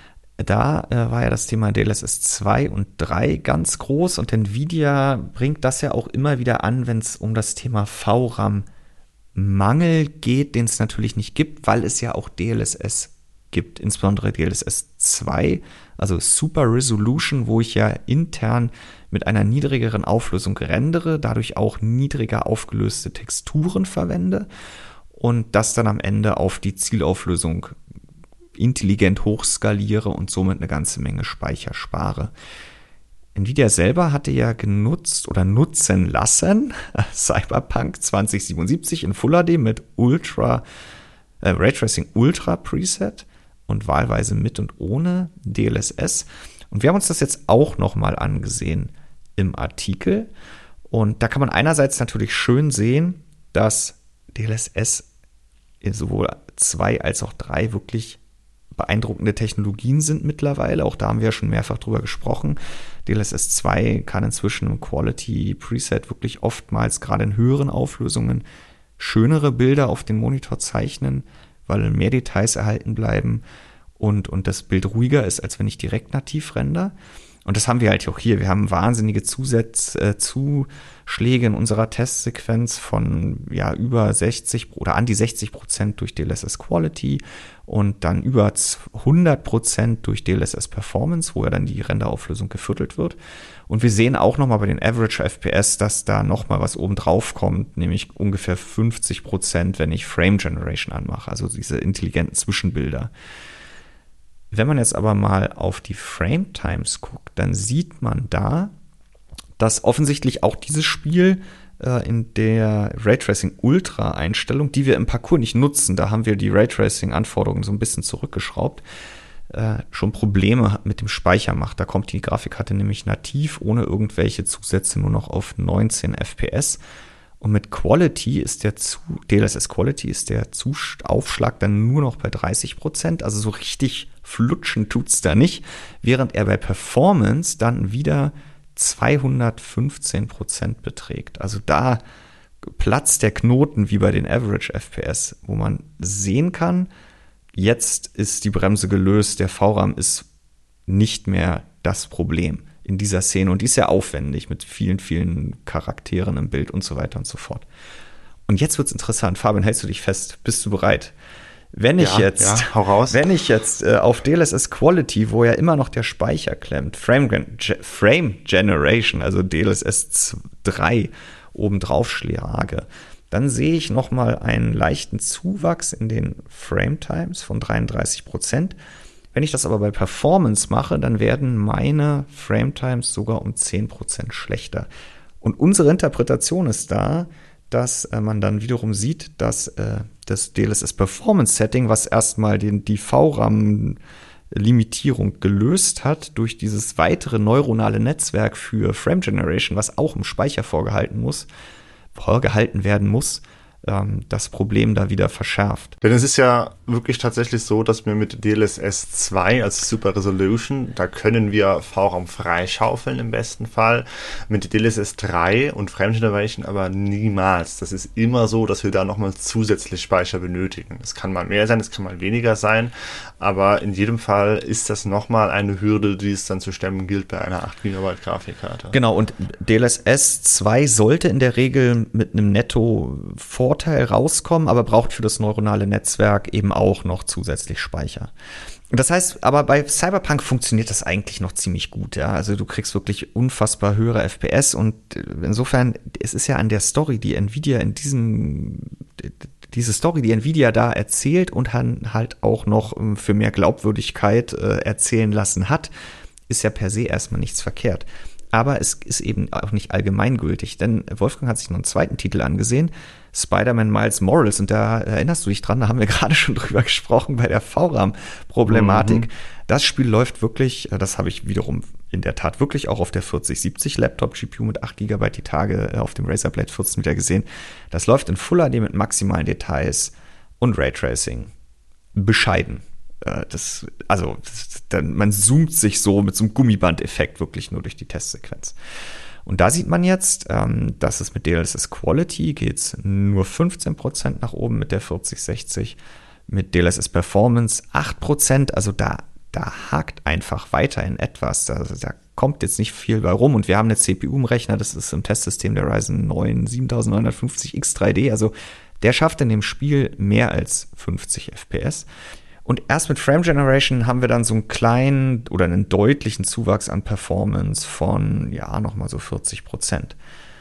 Da äh, war ja das Thema D L S S zwei und drei ganz groß und Nvidia bringt das ja auch immer wieder an, wenn es um das Thema V RAM-Mangel geht, den es natürlich nicht gibt, weil es ja auch D L S S gibt, insbesondere D L S S zwei, also Super Resolution, wo ich ja intern mit einer niedrigeren Auflösung rendere, dadurch auch niedriger aufgelöste Texturen verwende und das dann am Ende auf die Zielauflösung intelligent hochskaliere und somit eine ganze Menge Speicher spare. Nvidia selber hatte ja genutzt oder nutzen lassen Cyberpunk zwanzig siebenundsiebzig in Full H D mit Ultra, äh, Raytracing Ultra Preset und wahlweise mit und ohne D L S S. Und wir haben uns das jetzt auch nochmal angesehen im Artikel. Und da kann man einerseits natürlich schön sehen, dass D L S S sowohl zwei als auch drei wirklich beeindruckende Technologien sind mittlerweile. Auch da haben wir ja schon mehrfach drüber gesprochen. D L S S zwei kann inzwischen im Quality Preset wirklich oftmals gerade in höheren Auflösungen schönere Bilder auf den Monitor zeichnen, weil mehr Details erhalten bleiben und, und das Bild ruhiger ist, als wenn ich direkt nativ render. Und das haben wir halt auch hier. Wir haben wahnsinnige Zusatz, äh, Zuschläge in unserer Testsequenz von ja über sechzig oder an die sechzig Prozent durch D L S S Quality und dann über hundert Prozent durch D L S S Performance, wo ja dann die Renderauflösung geviertelt wird. Und wir sehen auch nochmal bei den Average F P S, dass da nochmal was oben drauf kommt, nämlich ungefähr fünfzig Prozent, wenn ich Frame Generation anmache, also diese intelligenten Zwischenbilder. Wenn man jetzt aber mal auf die Frame Times guckt, dann sieht man da, dass offensichtlich auch dieses Spiel äh, in der Raytracing Ultra Einstellung, die wir im Parcours nicht nutzen, da haben wir die Raytracing Anforderungen so ein bisschen zurückgeschraubt, äh, schon Probleme mit dem Speicher macht. Da kommt die Grafikkarte nämlich nativ ohne irgendwelche Zusätze nur noch auf neunzehn F P S. Und mit Quality ist der zu, D L S S Quality ist der Zus- Aufschlag dann nur noch bei dreißig Prozent, also so richtig flutschen tut's da nicht, während er bei Performance dann wieder zweihundertfünfzehn Prozent beträgt. Also da platzt der Knoten wie bei den Average F P S, wo man sehen kann, jetzt ist die Bremse gelöst, der V RAM ist nicht mehr das Problem in dieser Szene und die ist ja aufwendig mit vielen, vielen Charakteren im Bild und so weiter und so fort. Und jetzt wird's interessant. Fabian, hältst du dich fest? Bist du bereit? Wenn ich ja, jetzt, ja, hau raus. Wenn ich jetzt äh, auf D L S S Quality, wo ja immer noch der Speicher klemmt, Frame, Ge- Frame Generation, also D L S S drei obendrauf schlage, dann sehe ich nochmal einen leichten Zuwachs in den Frame Times von dreiunddreißig Prozent. Wenn ich das aber bei Performance mache, dann werden meine Frame Times sogar um zehn Prozent schlechter. Und unsere Interpretation ist da, dass äh, man dann wiederum sieht, dass äh, das D L S S Performance Setting, was erstmal den, die V RAM-Limitierung gelöst hat, durch dieses weitere neuronale Netzwerk für Frame Generation, was auch im Speicher vorgehalten muss, vorgehalten werden muss, ähm, das Problem da wieder verschärft. Denn es ist ja wirklich tatsächlich so, dass wir mit D L S S zwei als Super Resolution, da können wir V RAM freischaufeln im besten Fall. Mit D L S S drei und Frame Generation aber niemals. Das ist immer so, dass wir da nochmal zusätzlich Speicher benötigen. Es kann mal mehr sein, es kann mal weniger sein, aber in jedem Fall ist das nochmal eine Hürde, die es dann zu stemmen gilt bei einer acht Gigabyte Grafikkarte. Genau, und D L S S zwei sollte in der Regel mit einem Netto-Vorteil rauskommen, aber braucht für das neuronale Netzwerk eben auch noch zusätzlich Speicher. Und das heißt, aber bei Cyberpunk funktioniert das eigentlich noch ziemlich gut, ja. Also du kriegst wirklich unfassbar höhere F P S und insofern, es ist ja an der Story, die Nvidia in diesem, diese Story, die Nvidia da erzählt und halt auch noch für mehr Glaubwürdigkeit äh, erzählen lassen hat, ist ja per se erstmal nichts verkehrt. Aber es ist eben auch nicht allgemeingültig, denn Wolfgang hat sich noch einen zweiten Titel angesehen, Spider-Man Miles Morales, und da erinnerst du dich dran, da haben wir gerade schon drüber gesprochen bei der V RAM-Problematik. Mhm. Das Spiel läuft wirklich, das habe ich wiederum in der Tat wirklich auch auf der vierzig siebzig Laptop-G P U mit acht Gigabyte die Tage auf dem Razer Blade vierzehn wieder gesehen. Das läuft in Full H D mit maximalen Details und Raytracing. Bescheiden. Das, also, das, dann, man zoomt sich so mit so einem Gummiband-Effekt wirklich nur durch die Testsequenz. Und da sieht man jetzt, ähm, dass es mit D L S S Quality geht nur fünfzehn Prozent nach oben mit der vierzig sechzig, mit D L S S Performance acht Prozent, also da, da hakt einfach weiterhin etwas, da, da kommt jetzt nicht viel bei rum und wir haben eine C P U im Rechner, das ist im Testsystem der Ryzen neun siebentausendneunhundertfünfzig X drei D, also der schafft in dem Spiel mehr als fünfzig F P S. Und erst mit Frame Generation haben wir dann so einen kleinen oder einen deutlichen Zuwachs an Performance von, ja, nochmal so vierzig Prozent.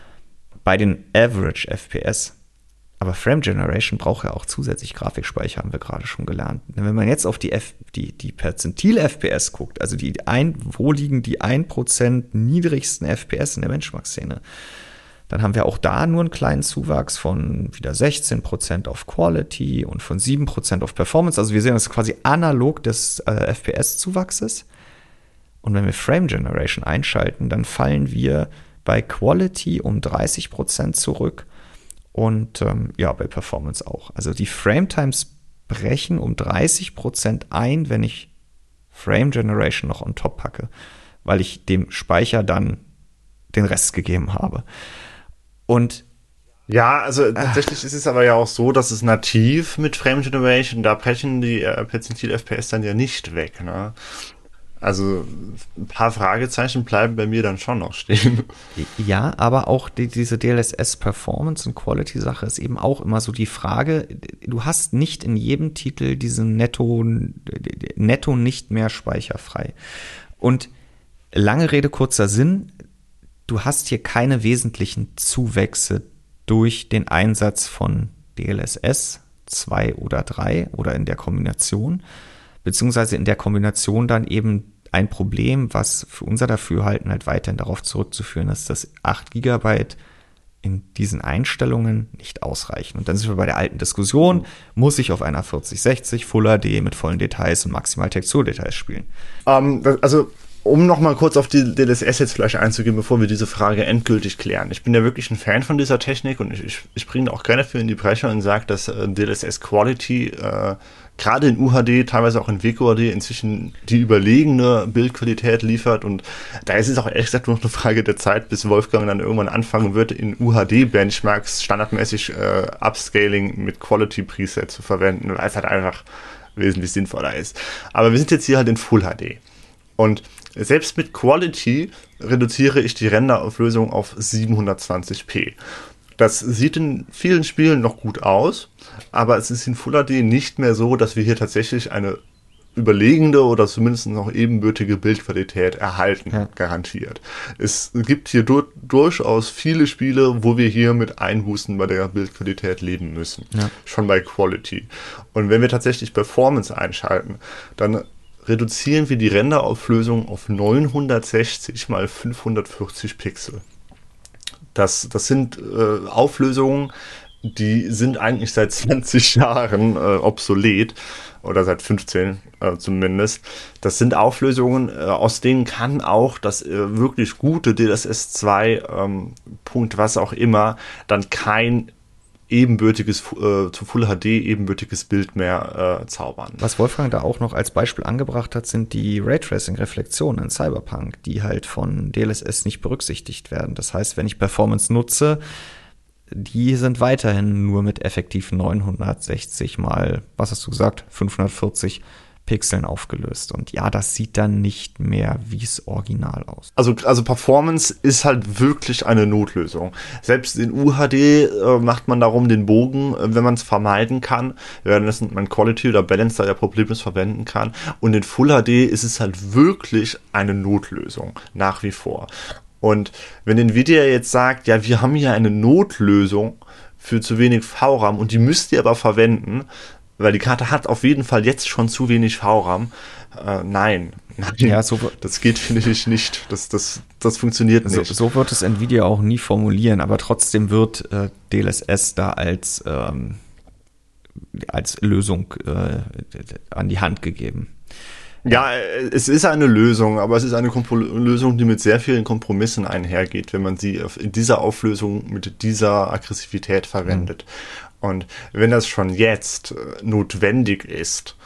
Bei den Average F P S. Aber Frame Generation braucht ja auch zusätzlich Grafikspeicher, haben wir gerade schon gelernt. Wenn man jetzt auf die, F, die, die Perzentil-F P S guckt, also die ein, wo liegen die ein Prozent niedrigsten F P S in der Benchmark-Szene, dann haben wir auch da nur einen kleinen Zuwachs von wieder sechzehn Prozent auf Quality und von sieben Prozent auf Performance. Also wir sehen das quasi analog des äh, F P S-Zuwachses. Und wenn wir Frame Generation einschalten, dann fallen wir bei Quality um dreißig Prozent zurück und ähm, ja, bei Performance auch. Also die Frame Times brechen um dreißig Prozent ein, wenn ich Frame Generation noch on top packe, weil ich dem Speicher dann den Rest gegeben habe. Und ja, also tatsächlich äh, ist es aber ja auch so, dass es nativ mit Frame Generation, da brechen die äh, Perzentil-F P S dann ja nicht weg, ne? Also ein paar Fragezeichen bleiben bei mir dann schon noch stehen. Ja, aber auch die, diese D L S S Performance und Quality Sache ist eben auch immer so die Frage, du hast nicht in jedem Titel diesen Netto, Netto nicht mehr speicherfrei. Und lange Rede, kurzer Sinn, du hast hier keine wesentlichen Zuwächse durch den Einsatz von D L S S zwei oder drei oder in der Kombination, beziehungsweise in der Kombination dann eben ein Problem, was für unser Dafürhalten halt weiterhin darauf zurückzuführen ist, dass acht Gigabyte in diesen Einstellungen nicht ausreichen. Und dann sind wir bei der alten Diskussion, muss ich auf einer vierzig sechzig Full H D mit vollen Details und maximal Texturdetails spielen? Um, das, also Um nochmal kurz auf die D L S S jetzt vielleicht einzugehen, bevor wir diese Frage endgültig klären. Ich bin ja wirklich ein Fan von dieser Technik und ich, ich, ich bringe auch gerne für in die Breche und sage, dass äh, D L S S Quality äh, gerade in U H D, teilweise auch in W Q H D inzwischen die überlegene Bildqualität liefert und da ist es auch ehrlich gesagt nur noch eine Frage der Zeit, bis Wolfgang dann irgendwann anfangen wird, in U H D-Benchmarks standardmäßig äh, Upscaling mit Quality-Preset zu verwenden, weil es halt einfach wesentlich sinnvoller ist. Aber wir sind jetzt hier halt in Full H D und selbst mit Quality reduziere ich die Renderauflösung auf siebenhundertzwanzig p. Das sieht in vielen Spielen noch gut aus, aber es ist in Full H D nicht mehr so, dass wir hier tatsächlich eine überlegende oder zumindest noch ebenbürtige Bildqualität erhalten, ja. Garantiert. Es gibt hier dur- durchaus viele Spiele, wo wir hier mit Einbußen bei der Bildqualität leben müssen. Ja. Schon bei Quality. Und wenn wir tatsächlich Performance einschalten, dann reduzieren wir die Renderauflösung auf neunhundertsechzig mal fünfhundertvierzig Pixel. Das, das sind äh, Auflösungen, die sind eigentlich seit zwanzig Jahren äh, obsolet oder seit fünfzehn äh, zumindest. Das sind Auflösungen, äh, aus denen kann auch das äh, wirklich gute D L S S zwei ähm, Punkt was auch immer dann kein ebenbürtiges, äh, zu Full H D ebenbürtiges Bild mehr äh, zaubern. Was Wolfgang da auch noch als Beispiel angebracht hat, sind die Raytracing-Reflexionen in Cyberpunk, die halt von D L S S nicht berücksichtigt werden. Das heißt, wenn ich Performance nutze, die sind weiterhin nur mit effektiv neunhundertsechzig mal, was hast du gesagt, fünfhundertvierzig Pixeln aufgelöst. Und ja, das sieht dann nicht mehr wie es original aus. Also, also Performance ist halt wirklich eine Notlösung. Selbst in U H D äh, macht man darum den Bogen, äh, wenn man es vermeiden kann, während das man Quality oder Balance da ja problemlos verwenden kann. Und in Full H D ist es halt wirklich eine Notlösung, nach wie vor. Und wenn Nvidia jetzt sagt, ja, wir haben hier eine Notlösung für zu wenig V RAM und die müsst ihr aber verwenden, weil die Karte hat auf jeden Fall jetzt schon zu wenig V RAM. Äh, nein, nein, ja, so, das geht, finde ich, nicht. Das, das, das funktioniert nicht. So, so wird es Nvidia auch nie formulieren, aber trotzdem wird äh, D L S S da als, ähm, als Lösung äh, an die Hand gegeben. Ja, es ist eine Lösung, aber es ist eine Kompo- Lösung, die mit sehr vielen Kompromissen einhergeht, wenn man sie in dieser Auflösung mit dieser Aggressivität verwendet. Mhm. Und wenn das schon jetzt äh, notwendig ist,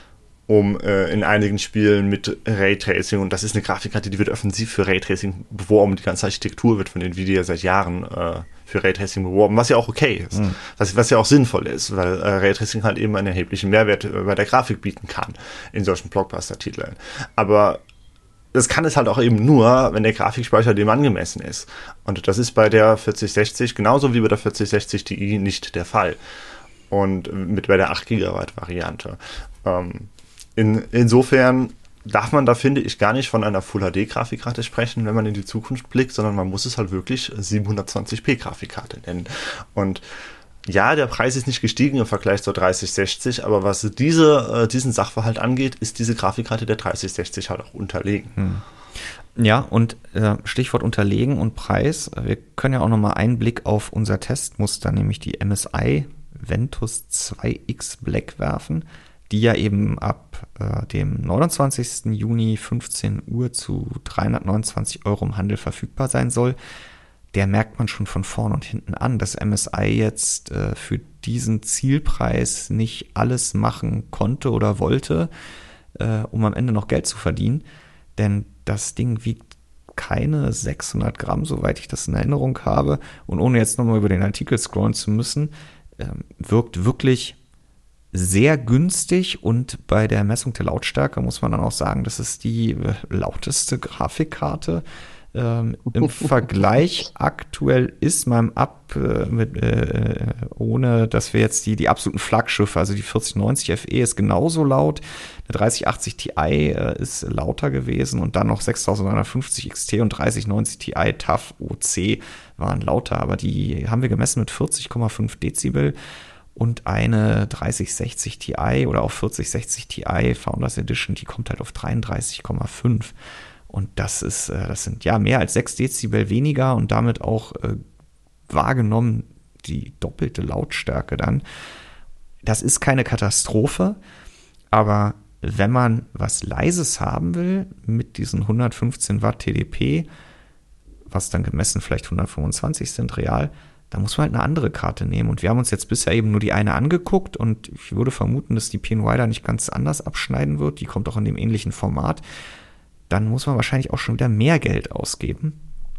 um äh, in einigen Spielen mit Raytracing, und das ist eine Grafikkarte, die wird offensiv für Raytracing beworben, die ganze Architektur wird von Nvidia seit Jahren äh, für Raytracing beworben, was ja auch okay ist, mhm. was, was ja auch sinnvoll ist, weil äh, Raytracing halt eben einen erheblichen Mehrwert äh, bei der Grafik bieten kann in solchen Blockbuster-Titeln. Aber das kann es halt auch eben nur, wenn der Grafikspeicher dem angemessen ist. Und das ist bei der vierzig sechzig genauso wie bei der vierzig sechzig Ti nicht der Fall. Und mit bei der acht Gigabyte Variante. Ähm, in, insofern darf man da, finde ich, gar nicht von einer Full H D Grafikkarte sprechen, wenn man in die Zukunft blickt, sondern man muss es halt wirklich siebenhundertzwanzig p Grafikkarte nennen. Und ja, der Preis ist nicht gestiegen im Vergleich zur dreißig sechzig, aber was diese, äh, diesen Sachverhalt angeht, ist diese Grafikkarte der dreißig sechzig halt auch unterlegen. Hm. Ja, und äh, Stichwort unterlegen und Preis. Wir können ja auch nochmal einen Blick auf unser Testmuster, nämlich die M S I Ventus zwei X Black werfen, die ja eben ab äh, dem neunundzwanzigsten Juni fünfzehn Uhr zu dreihundertneunundzwanzig Euro im Handel verfügbar sein soll. Der merkt man schon von vorn und hinten an, dass M S I jetzt äh, für diesen Zielpreis nicht alles machen konnte oder wollte, äh, um am Ende noch Geld zu verdienen. Denn das Ding wiegt keine sechshundert Gramm, soweit ich das in Erinnerung habe. Und ohne jetzt nochmal über den Artikel scrollen zu müssen, äh, wirkt wirklich sehr günstig, und bei der Messung der Lautstärke muss man dann auch sagen, das ist die äh, lauteste Grafikkarte Ähm, im Vergleich aktuell ist meinem Up äh, mit, äh, ohne dass wir jetzt die, die absoluten Flaggschiffe, also die vierzig neunzig F E ist genauso laut, eine dreißig achtzig Ti äh, ist lauter gewesen und dann noch sechstausendneunhundertfünfzig X T und dreißig neunzig Ti T A F O C waren lauter, aber die haben wir gemessen mit vierzig Komma fünf Dezibel, und eine dreißig sechzig Ti oder auch vierzig sechzig Ti Founders Edition, die kommt halt auf dreiunddreißig Komma fünf. Und das ist, das sind ja mehr als sechs Dezibel weniger und damit auch äh, wahrgenommen die doppelte Lautstärke dann. Das ist keine Katastrophe, aber wenn man was Leises haben will, mit diesen hundertfünfzehn Watt T D P, was dann gemessen vielleicht hundertfünfundzwanzig sind real, da muss man halt eine andere Karte nehmen. Und wir haben uns jetzt bisher eben nur die eine angeguckt und ich würde vermuten, dass die P N Y da nicht ganz anders abschneiden wird. Die kommt auch in dem ähnlichen Format. Dann muss man wahrscheinlich auch schon wieder mehr Geld ausgeben.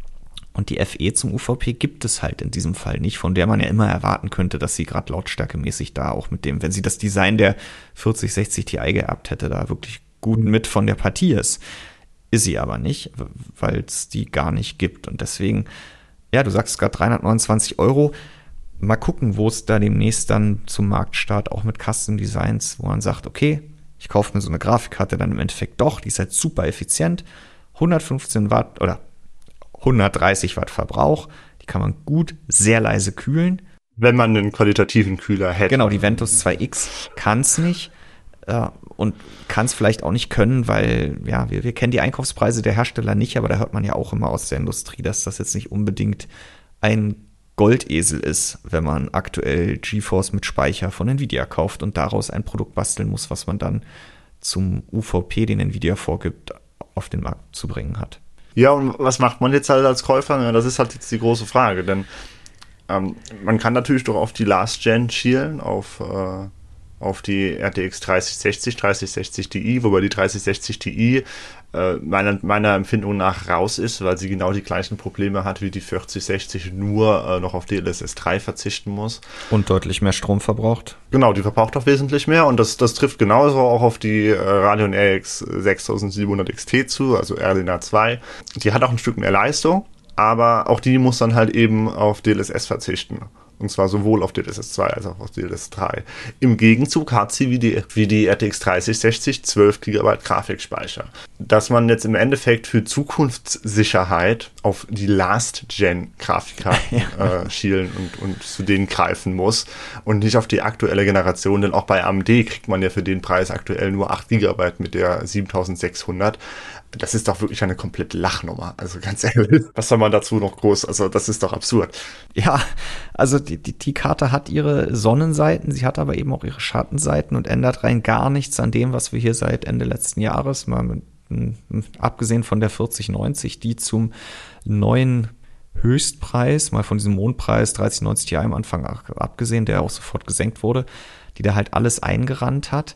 Und die F E zum U V P gibt es halt in diesem Fall nicht, von der man ja immer erwarten könnte, dass sie gerade lautstärkemäßig da auch mit dem, wenn sie das Design der vierzig sechzig Ti geerbt hätte, da wirklich gut mit von der Partie ist. Ist sie aber nicht, weil es die gar nicht gibt. Und deswegen, ja, du sagst gerade dreihundertneunundzwanzig Euro. Mal gucken, wo es da demnächst dann zum Marktstart auch mit Custom Designs, wo man sagt, okay, ich kaufe mir so eine Grafikkarte dann im Endeffekt doch, die ist halt super effizient, hundertfünfzehn Watt oder hundertdreißig Watt Verbrauch, die kann man gut, sehr leise kühlen. Wenn man einen qualitativen Kühler hätte. Genau, die Ventus zwei X kann es nicht äh, und kann es vielleicht auch nicht können, weil, ja, wir, wir kennen die Einkaufspreise der Hersteller nicht, aber da hört man ja auch immer aus der Industrie, dass das jetzt nicht unbedingt ein Goldesel ist, wenn man aktuell GeForce mit Speicher von Nvidia kauft und daraus ein Produkt basteln muss, was man dann zum U V P, den Nvidia vorgibt, auf den Markt zu bringen hat. Ja, und was macht man jetzt halt als Käufer? Ja, das ist halt jetzt die große Frage, denn ähm, man kann natürlich doch auf die Last Gen schielen, auf, äh, auf die R T X dreißig sechzig, dreißig sechzig Ti, wobei die dreißig sechzig Ti äh, meiner, meiner Empfindung nach raus ist, weil sie genau die gleichen Probleme hat wie die vierzig sechzig, nur äh, noch auf D L S S drei verzichten muss. Und deutlich mehr Strom verbraucht. Genau, die verbraucht auch wesentlich mehr und das, das trifft genauso auch auf die äh, Radeon R X sechstausendsiebenhundert X T zu, also R D N A zwei. Die hat auch ein Stück mehr Leistung, aber auch die muss dann halt eben auf D L S S verzichten. Und zwar sowohl auf D L S S zwei als auch auf D L S S drei. Im Gegenzug hat sie wie die, wie die R T X dreißig sechzig zwölf Gigabyte Grafikspeicher. Dass man jetzt im Endeffekt für Zukunftssicherheit auf die Last-Gen-Grafikkarten ja. äh, schielen und, und zu denen greifen muss und nicht auf die aktuelle Generation, denn auch bei A M D kriegt man ja für den Preis aktuell nur acht Gigabyte mit der siebentausendsechshundert. Das ist doch wirklich eine komplette Lachnummer. Also ganz ehrlich, was soll man dazu noch groß? Also das ist doch absurd. Ja, also die, die, die Karte hat ihre Sonnenseiten, sie hat aber eben auch ihre Schattenseiten und ändert rein gar nichts an dem, was wir hier seit Ende letzten Jahres, mal mit, abgesehen von der vierzig neunzig, die zum neuen Höchstpreis, mal von diesem Mondpreis dreißig neunzig Ti am Anfang abgesehen, der auch sofort gesenkt wurde, die da halt alles eingerannt hat,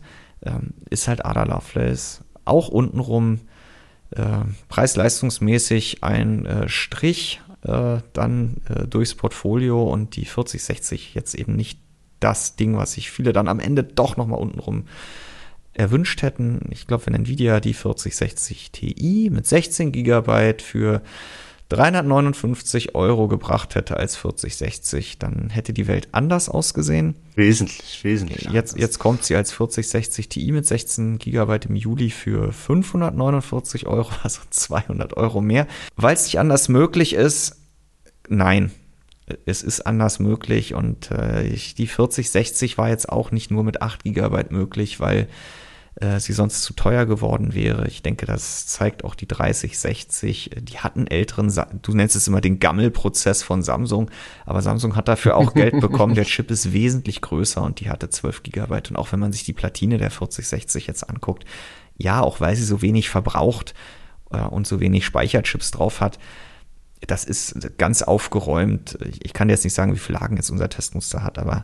ist halt Ada Lovelace auch untenrum Äh, preis-leistungsmäßig ein äh, Strich äh, dann äh, durchs Portfolio und die vierzig sechzig jetzt eben nicht das Ding, was sich viele dann am Ende doch nochmal untenrum erwünscht hätten. Ich glaube, wenn Nvidia die vierzig sechzig Ti mit sechzehn Gigabyte für dreihundertneunundfünfzig Euro gebracht hätte als vierzig sechzig, dann hätte die Welt anders ausgesehen. Wesentlich, wesentlich. Jetzt, jetzt kommt sie als vierzig sechzig Ti mit sechzehn Gigabyte im Juli für fünfhundertneunundvierzig Euro, also zweihundert Euro mehr. Weil es nicht anders möglich ist, nein, es ist anders möglich und äh, ich, die vierzig sechzig war jetzt auch nicht nur mit acht Gigabyte möglich, weil äh, sie sonst zu teuer geworden wäre. Ich denke, das zeigt auch die dreißig sechzig. Die hatten älteren, Sa- du nennst es immer den Gammelprozess von Samsung, aber Samsung hat dafür auch Geld bekommen. Der Chip ist wesentlich größer und die hatte zwölf Gigabyte. Und auch wenn man sich die Platine der vierzig sechzig jetzt anguckt, ja, auch weil sie so wenig verbraucht äh, und so wenig Speicherchips drauf hat, das ist ganz aufgeräumt. Ich kann dir jetzt nicht sagen, wie viele Lagen jetzt unser Testmuster hat, aber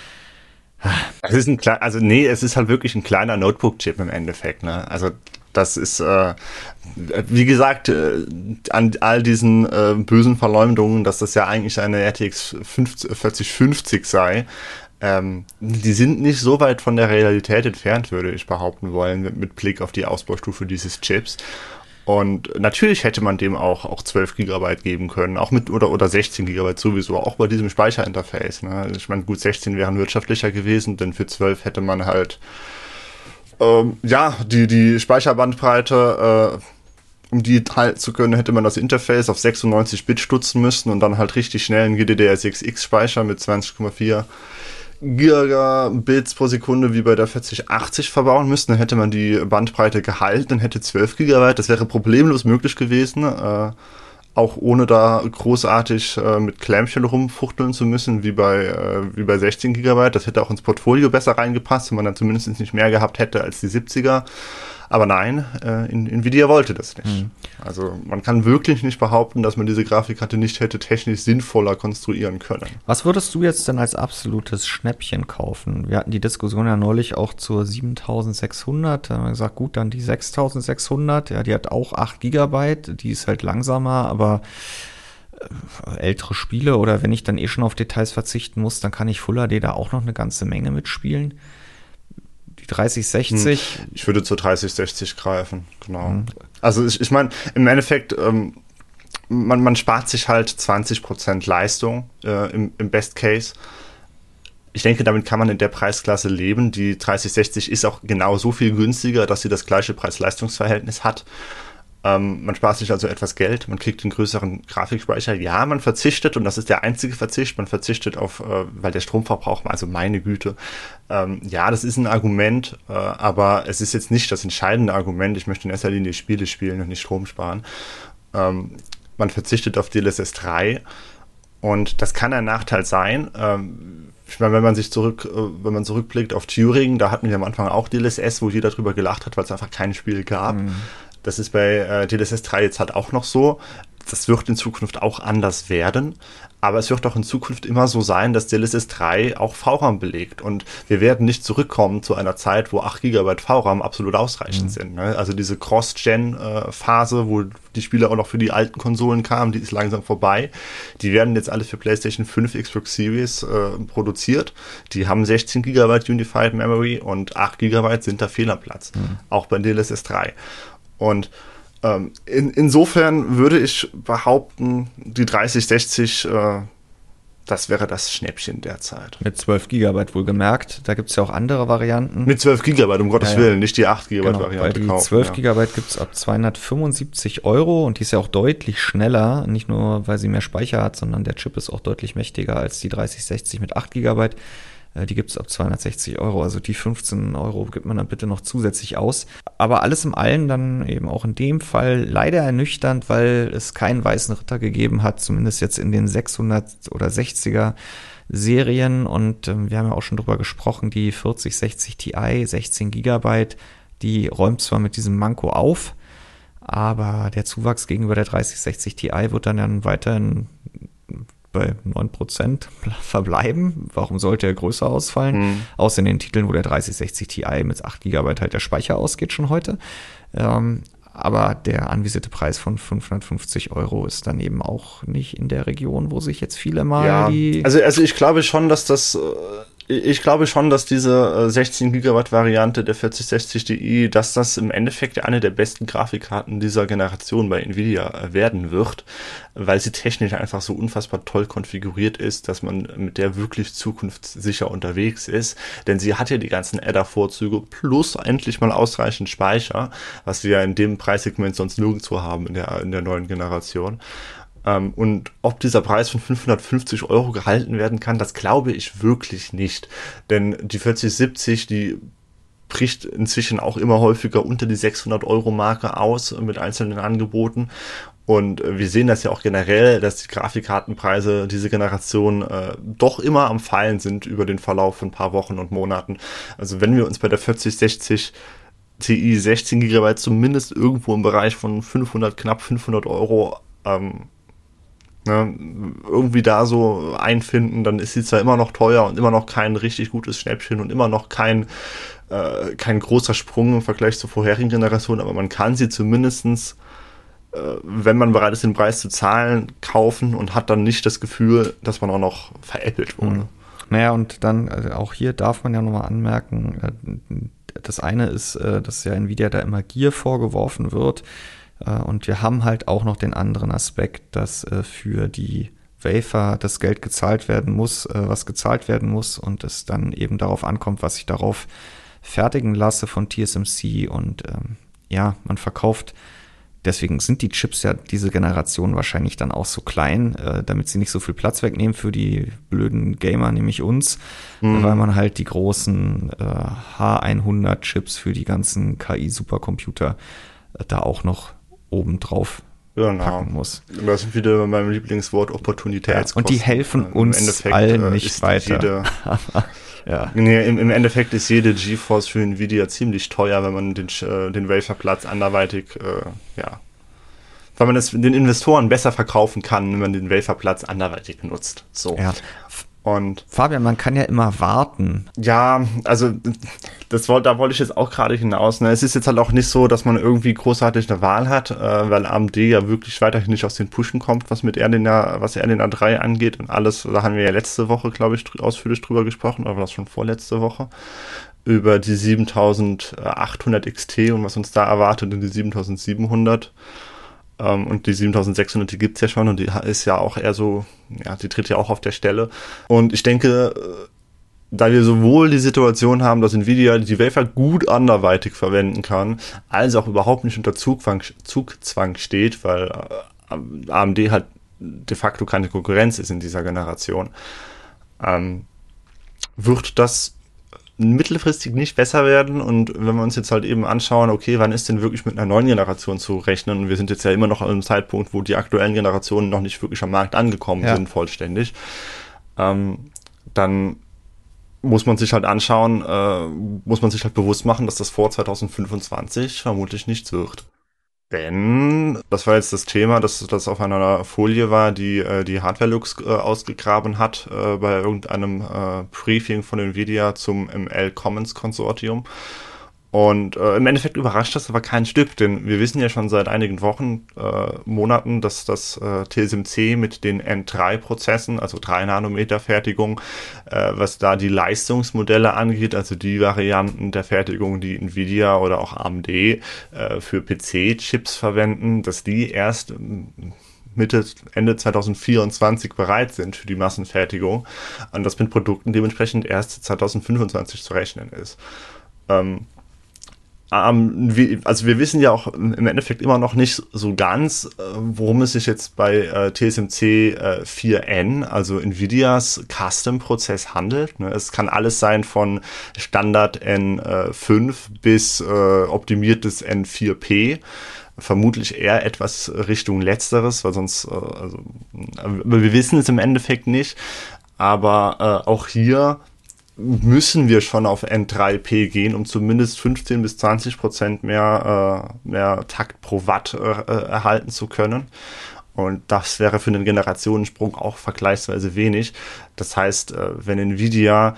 es ist ein kleiner, also nee, es ist halt wirklich ein kleiner Notebook-Chip im Endeffekt, ne? Also das ist, äh, wie gesagt, äh, an all diesen äh, bösen Verleumdungen, dass das ja eigentlich eine R T X vierzig fünfzig sei, ähm, die sind nicht so weit von der Realität entfernt, würde ich behaupten wollen, mit, mit Blick auf die Ausbaustufe dieses Chips. Und natürlich hätte man dem auch, auch zwölf Gigabyte geben können, auch mit, oder, oder sechzehn Gigabyte sowieso, auch bei diesem Speicherinterface, ne? Ich meine, gut, sechzehn wären wirtschaftlicher gewesen, denn für zwölf hätte man halt, ähm, ja, die, die Speicherbandbreite, äh, um die halten zu können, hätte man das Interface auf sechsundneunzig Bit stutzen müssen und dann halt richtig schnell einen G D D R sechs X Speicher mit zwanzig Komma vier Gigabits pro Sekunde wie bei der vierzig achtzig verbauen müssten, dann hätte man die Bandbreite gehalten, dann hätte zwölf Gigabyte, das wäre problemlos möglich gewesen, äh, auch ohne da großartig äh, mit Clamshell rumfuchteln zu müssen, wie bei, äh, wie bei sechzehn Gigabyte. Das hätte auch ins Portfolio besser reingepasst, wenn man dann zumindest nicht mehr gehabt hätte als die siebziger. Aber nein, äh, Nvidia wollte das nicht. Mhm. Also man kann wirklich nicht behaupten, dass man diese Grafikkarte nicht hätte technisch sinnvoller konstruieren können. Was würdest du jetzt denn als absolutes Schnäppchen kaufen? Wir hatten die Diskussion ja neulich auch zur siebentausendsechshundert. Da haben wir gesagt, gut, dann die sechstausendsechshundert. Ja, die hat auch acht Gigabyte. Die ist halt langsamer, aber äh, ältere Spiele oder wenn ich dann eh schon auf Details verzichten muss, dann kann ich Full H D da auch noch eine ganze Menge mitspielen. dreißig sechzig. Hm. Ich würde zur dreißig sechzig greifen, genau. Hm. Also ich, ich meine, im Endeffekt, ähm, man, man spart sich halt zwanzig Prozent Leistung äh, im, im Best Case. Ich denke, damit kann man in der Preisklasse leben. Die dreißig sechzig ist auch genau so viel günstiger, dass sie das gleiche Preis-Leistungs-Verhältnis hat. Ähm, man spart sich also etwas Geld, man kriegt einen größeren Grafikspeicher. Ja, man verzichtet, und das ist der einzige Verzicht, man verzichtet auf, äh, weil der Stromverbrauch, also meine Güte, ähm, ja, das ist ein Argument, äh, aber es ist jetzt nicht das entscheidende Argument. Ich möchte in erster Linie Spiele spielen und nicht Strom sparen. Ähm, man verzichtet auf D L S S drei und das kann ein Nachteil sein. Ähm, Ich meine, wenn man sich zurück, wenn man zurückblickt auf Turing, da hatten wir am Anfang auch D L S S, wo jeder drüber gelacht hat, weil es einfach kein Spiel gab. Mhm. Das ist bei äh, D L S S drei jetzt halt auch noch so. Das wird in Zukunft auch anders werden. Aber es wird auch in Zukunft immer so sein, dass D L S S drei auch V RAM belegt. Und wir werden nicht zurückkommen zu einer Zeit, wo acht Gigabyte V RAM absolut ausreichend mhm. sind. Ne? Also diese Cross-Gen-Phase, wo die Spiele auch noch für die alten Konsolen kamen, die ist langsam vorbei. Die werden jetzt alle für PlayStation fünf, Xbox Series äh, produziert. Die haben sechzehn Gigabyte Unified Memory und acht Gigabyte sind da fehl am Platz. Mhm. Auch bei D L S S drei. Und ähm, in, insofern würde ich behaupten, die dreißig sechzig, äh, das wäre das Schnäppchen derzeit. Mit zwölf Gigabyte wohlgemerkt. Da gibt es ja auch andere Varianten. Mit zwölf Gigabyte, um Gottes ja, ja. Willen, nicht die acht Gigabyte genau, Variante weil die kaufen. zwölf ja. Gigabyte gibt es ab zweihundertfünfundsiebzig Euro und die ist ja auch deutlich schneller. Nicht nur, weil sie mehr Speicher hat, sondern der Chip ist auch deutlich mächtiger als die dreißig sechzig mit acht Gigabyte. Die gibt es ab zweihundertsechzig Euro, also die fünfzehn Euro gibt man dann bitte noch zusätzlich aus. Aber alles im Allen dann eben auch in dem Fall leider ernüchternd, weil es keinen weißen Ritter gegeben hat, zumindest jetzt in den sechshundert oder sechziger Serien. Und ähm, wir haben ja auch schon drüber gesprochen, die vierzig sechzig Ti, sechzehn Gigabyte, die räumt zwar mit diesem Manko auf, aber der Zuwachs gegenüber der dreißig sechzig Ti wird dann ja weiterhin bei neun Prozent verbleiben. Warum sollte er größer ausfallen? Mhm. Außer in den Titeln, wo der dreißig sechzig Ti mit acht Gigabyte halt der Speicher ausgeht schon heute. Ähm, aber der anvisierte Preis von fünfhundertfünfzig Euro ist dann eben auch nicht in der Region, wo sich jetzt viele mal ja, die... Also, also ich glaube schon, dass das... Ich glaube schon, dass diese sechzehn Gigabyte Variante der vierzig sechzig Ti, dass das im Endeffekt eine der besten Grafikkarten dieser Generation bei Nvidia werden wird, weil sie technisch einfach so unfassbar toll konfiguriert ist, dass man mit der wirklich zukunftssicher unterwegs ist. Denn sie hat ja die ganzen Adder-Vorzüge plus endlich mal ausreichend Speicher, was wir ja in dem Preissegment sonst nirgendwo haben in der, in der neuen Generation. Um, und ob dieser Preis von fünfhundertfünfzig Euro gehalten werden kann, das glaube ich wirklich nicht. Denn die vierzig siebzig, die bricht inzwischen auch immer häufiger unter die sechshundert Euro Marke aus mit einzelnen Angeboten. Und äh, wir sehen das ja auch generell, dass die Grafikkartenpreise diese Generation äh, doch immer am Fallen sind über den Verlauf von ein paar Wochen und Monaten. Also wenn wir uns bei der vierzig sechzig Ti sechzehn Gigabyte zumindest irgendwo im Bereich von fünfhundert, knapp fünfhundert Euro ähm, Ne, irgendwie da so einfinden, dann ist sie zwar immer noch teuer und immer noch kein richtig gutes Schnäppchen und immer noch kein, äh, kein großer Sprung im Vergleich zur vorherigen Generation, aber man kann sie zumindestens, äh, wenn man bereit ist, den Preis zu zahlen, kaufen und hat dann nicht das Gefühl, dass man auch noch veräppelt wurde. Mhm. Naja, und dann, also auch hier darf man ja nochmal anmerken, äh, das eine ist, äh, dass ja Nvidia da immer Gier vorgeworfen wird. Und wir haben halt auch noch den anderen Aspekt, dass äh, für die Wafer das Geld gezahlt werden muss, äh, was gezahlt werden muss und es dann eben darauf ankommt, was ich darauf fertigen lasse von T S M C. Und ähm, ja, man verkauft, deswegen sind die Chips ja diese Generation wahrscheinlich dann auch so klein, äh, damit sie nicht so viel Platz wegnehmen für die blöden Gamer, nämlich uns, mhm. weil man halt die großen äh, H hundert Chips für die ganzen K I-Supercomputer äh, da auch noch obendrauf genau. packen muss. Das sind wieder bei meinem Lieblingswort Opportunitätskosten. Ja, und die helfen uns allen nicht weiter. Jede, ja. nee, im, Im Endeffekt ist jede GeForce für Nvidia ziemlich teuer, wenn man den, den Waferplatz anderweitig, äh, ja, weil man es den Investoren besser verkaufen kann, wenn man den Waferplatz anderweitig nutzt. So. Ja. Und Fabian, man kann ja immer warten. Ja, also das, da wollte ich jetzt auch gerade hinaus. Ne? Es ist jetzt halt auch nicht so, dass man irgendwie großartig eine Wahl hat, äh, weil A M D ja wirklich weiterhin nicht aus den Pushen kommt, was mit R D N A, was R D N A drei angeht und alles. Da haben wir ja letzte Woche, glaube ich, ausführlich drüber gesprochen, oder war das schon vorletzte Woche, über die siebentausendachthundert X T und was uns da erwartet und die siebentausendsiebenhundert. Um, und die siebentausendsechshundert, die gibt's ja schon und die ist ja auch eher so, ja, die tritt ja auch auf der Stelle. Und ich denke, da wir sowohl die Situation haben, dass Nvidia die Wafer gut anderweitig verwenden kann, als auch überhaupt nicht unter Zugzwang, Zugzwang steht, weil äh, A M D halt de facto keine Konkurrenz ist in dieser Generation, ähm, wird das mittelfristig nicht besser werden. Und wenn wir uns jetzt halt eben anschauen, okay, wann ist denn wirklich mit einer neuen Generation zu rechnen? Und wir sind jetzt ja immer noch an einem Zeitpunkt, wo die aktuellen Generationen noch nicht wirklich am Markt angekommen ja. sind, vollständig. Ähm, dann muss man sich halt anschauen, äh, muss man sich halt bewusst machen, dass das vor zweitausendfünfundzwanzig vermutlich nichts wird. Denn, das war jetzt das Thema, dass das auf einer Folie war, die äh, die Hardware-Lux äh, ausgegraben hat äh, bei irgendeinem äh, Briefing von Nvidia zum M L Commons Konsortium. Und äh, im Endeffekt überrascht das aber kein Stück, denn wir wissen ja schon seit einigen Wochen, äh, Monaten, dass das äh, T S M C mit den N drei Prozessen, also drei Nanometer Fertigung, äh, was da die Leistungsmodelle angeht, also die Varianten der Fertigung, die Nvidia oder auch A M D äh, für P C-Chips verwenden, dass die erst Mitte, Ende zweitausendvierundzwanzig bereit sind für die Massenfertigung und das mit Produkten dementsprechend erst zweitausendfünfundzwanzig zu rechnen ist. Ähm, Also wir wissen ja auch im Endeffekt immer noch nicht so ganz, worum es sich jetzt bei T S M C vier N, also Nvidias Custom-Prozess handelt. Es kann alles sein von Standard N fünf bis optimiertes N vier P. Vermutlich eher etwas Richtung Letzteres, weil sonst, also, wir wissen es im Endeffekt nicht. Aber auch hier müssen wir schon auf N drei P gehen, um zumindest fünfzehn bis zwanzig Prozent mehr, äh, mehr Takt pro Watt äh, erhalten zu können. Und das wäre für einen Generationensprung auch vergleichsweise wenig. Das heißt, äh, wenn Nvidia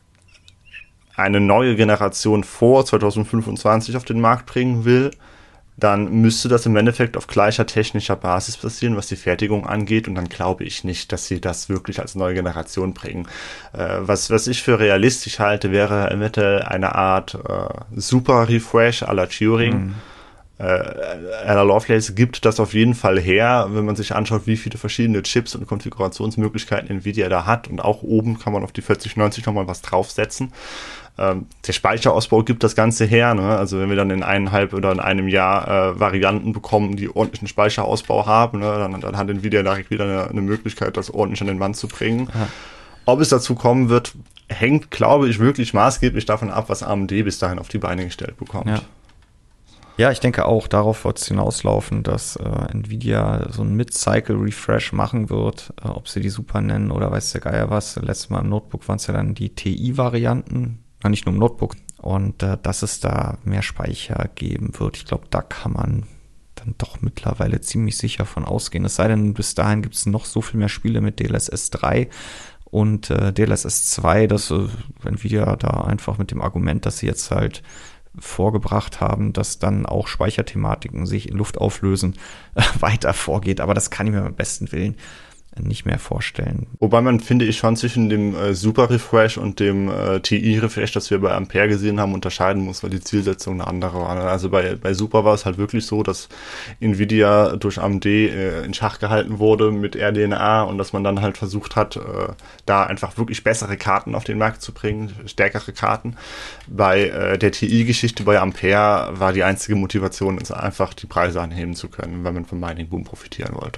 eine neue Generation vor zweitausendfünfundzwanzig auf den Markt bringen will, dann müsste das im Endeffekt auf gleicher technischer Basis passieren, was die Fertigung angeht. Und dann glaube ich nicht, dass sie das wirklich als neue Generation bringen. Äh, was, was ich für realistisch halte, wäre eventuell eine Art äh, Super-Refresh à la Turing. Mhm. Äh, Ada Lovelace gibt das auf jeden Fall her, wenn man sich anschaut, wie viele verschiedene Chips und Konfigurationsmöglichkeiten Nvidia da hat. Und auch oben kann man auf die vierzig neunzig nochmal was draufsetzen. Ähm, der Speicherausbau gibt das Ganze her, ne? Also wenn wir dann in eineinhalb oder in einem Jahr äh, Varianten bekommen, die ordentlichen Speicherausbau haben, ne? dann, dann hat Nvidia direkt wieder eine, eine Möglichkeit, das ordentlich an den Mann zu bringen. Ja. Ob es dazu kommen wird, hängt, glaube ich, wirklich maßgeblich davon ab, was A M D bis dahin auf die Beine gestellt bekommt. Ja. Ja, ich denke auch, darauf wird es hinauslaufen, dass äh, Nvidia so ein Mid-Cycle-Refresh machen wird, äh, ob sie die Super nennen oder weiß der Geier was. Letztes Mal im Notebook waren es ja dann die T I-Varianten, na, nicht nur im Notebook. Und äh, dass es da mehr Speicher geben wird. Ich glaube, da kann man dann doch mittlerweile ziemlich sicher von ausgehen. Es sei denn, bis dahin gibt es noch so viel mehr Spiele mit D L S S drei und äh, D L S S zwei, dass äh, Nvidia da einfach mit dem Argument, dass sie jetzt halt vorgebracht haben, dass dann auch Speicherthematiken sich in Luft auflösen, äh, weiter vorgeht. Aber das kann ich mir beim besten Willen nicht mehr vorstellen. Wobei man, finde ich, schon zwischen dem äh, Super Refresh und dem äh, T I-Refresh, das wir bei Ampere gesehen haben, unterscheiden muss, weil die Zielsetzung eine andere war. Also bei, bei Super war es halt wirklich so, dass Nvidia durch A M D äh, in Schach gehalten wurde mit R D N A und dass man dann halt versucht hat, äh, da einfach wirklich bessere Karten auf den Markt zu bringen, stärkere Karten. Bei äh, der T I-Geschichte bei Ampere war die einzige Motivation, ist einfach die Preise anheben zu können, weil man vom Mining Boom profitieren wollte.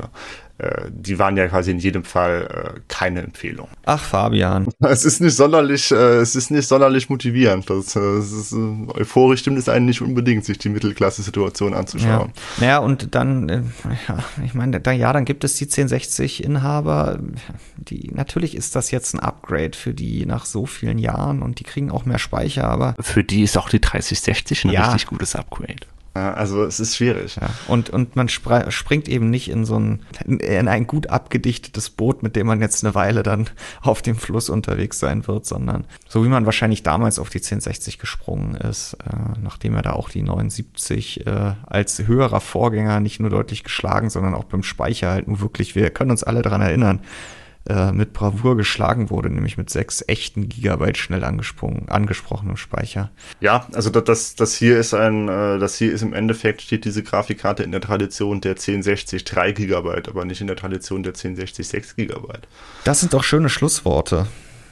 äh, die waren ja quasi in jedem Fall äh, keine Empfehlung. Ach, Fabian. Es ist nicht sonderlich, äh, es ist nicht sonderlich motivierend. Das, äh, es ist, äh, euphorisch stimmt es einen nicht unbedingt, sich die Mittelklasse-Situation anzuschauen. Ja. Naja, und dann, äh, ja, ich meine, da, ja, dann gibt es die zehn sechzig-Inhaber, die, natürlich ist das jetzt ein Upgrade für die nach so vielen Jahren und die kriegen auch mehr Speicher, aber für die ist auch die dreißig sechzig ein ja. richtig gutes Upgrade. Ja, also es ist schwierig. Ja, und, und man spr- springt eben nicht in so ein, in ein gut abgedichtetes Boot, mit dem man jetzt eine Weile dann auf dem Fluss unterwegs sein wird, sondern so wie man wahrscheinlich damals auf die zehn sechzig gesprungen ist, äh, nachdem er da auch die neunundsiebzig äh, als höherer Vorgänger nicht nur deutlich geschlagen, sondern auch beim Speicher halt nur wirklich, wir können uns alle daran erinnern, äh, mit Bravour geschlagen wurde, nämlich mit sechs echten Gigabyte schnell angesprungen, angesprochenem Speicher. Ja, also das, das, das hier ist ein, äh, das hier ist im Endeffekt, steht diese Grafikkarte in der Tradition der zehn sechzig drei Gigabyte, aber nicht in der Tradition der zehn sechzig sechs Gigabyte. Das sind doch schöne Schlussworte.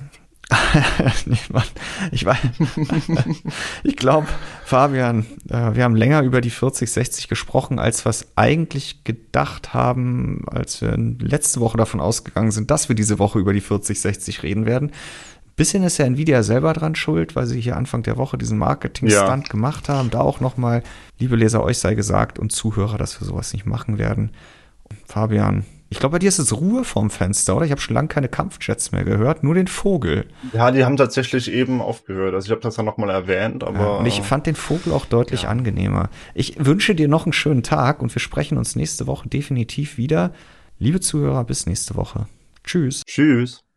ich weiß, ich glaube, Fabian, äh, wir haben länger über die vierzig sechzig gesprochen, als wir es eigentlich gedacht haben, als wir letzte Woche davon ausgegangen sind, dass wir diese Woche über die vierzig sechzig reden werden. Bisschen ist ja Nvidia selber dran schuld, weil sie hier Anfang der Woche diesen Marketing-Stunt ja. gemacht haben. Da auch nochmal, liebe Leser, euch sei gesagt und Zuhörer, dass wir sowas nicht machen werden. Fabian, ich glaube, bei dir ist jetzt Ruhe vorm Fenster, oder? Ich habe schon lange keine Kampfjets mehr gehört, nur den Vogel. Ja, die haben tatsächlich eben aufgehört. Also ich habe das dann nochmal erwähnt, aber... Ja, und ich fand den Vogel auch deutlich ja. angenehmer. Ich wünsche dir noch einen schönen Tag und wir sprechen uns nächste Woche definitiv wieder. Liebe Zuhörer, bis nächste Woche. Tschüss. Tschüss.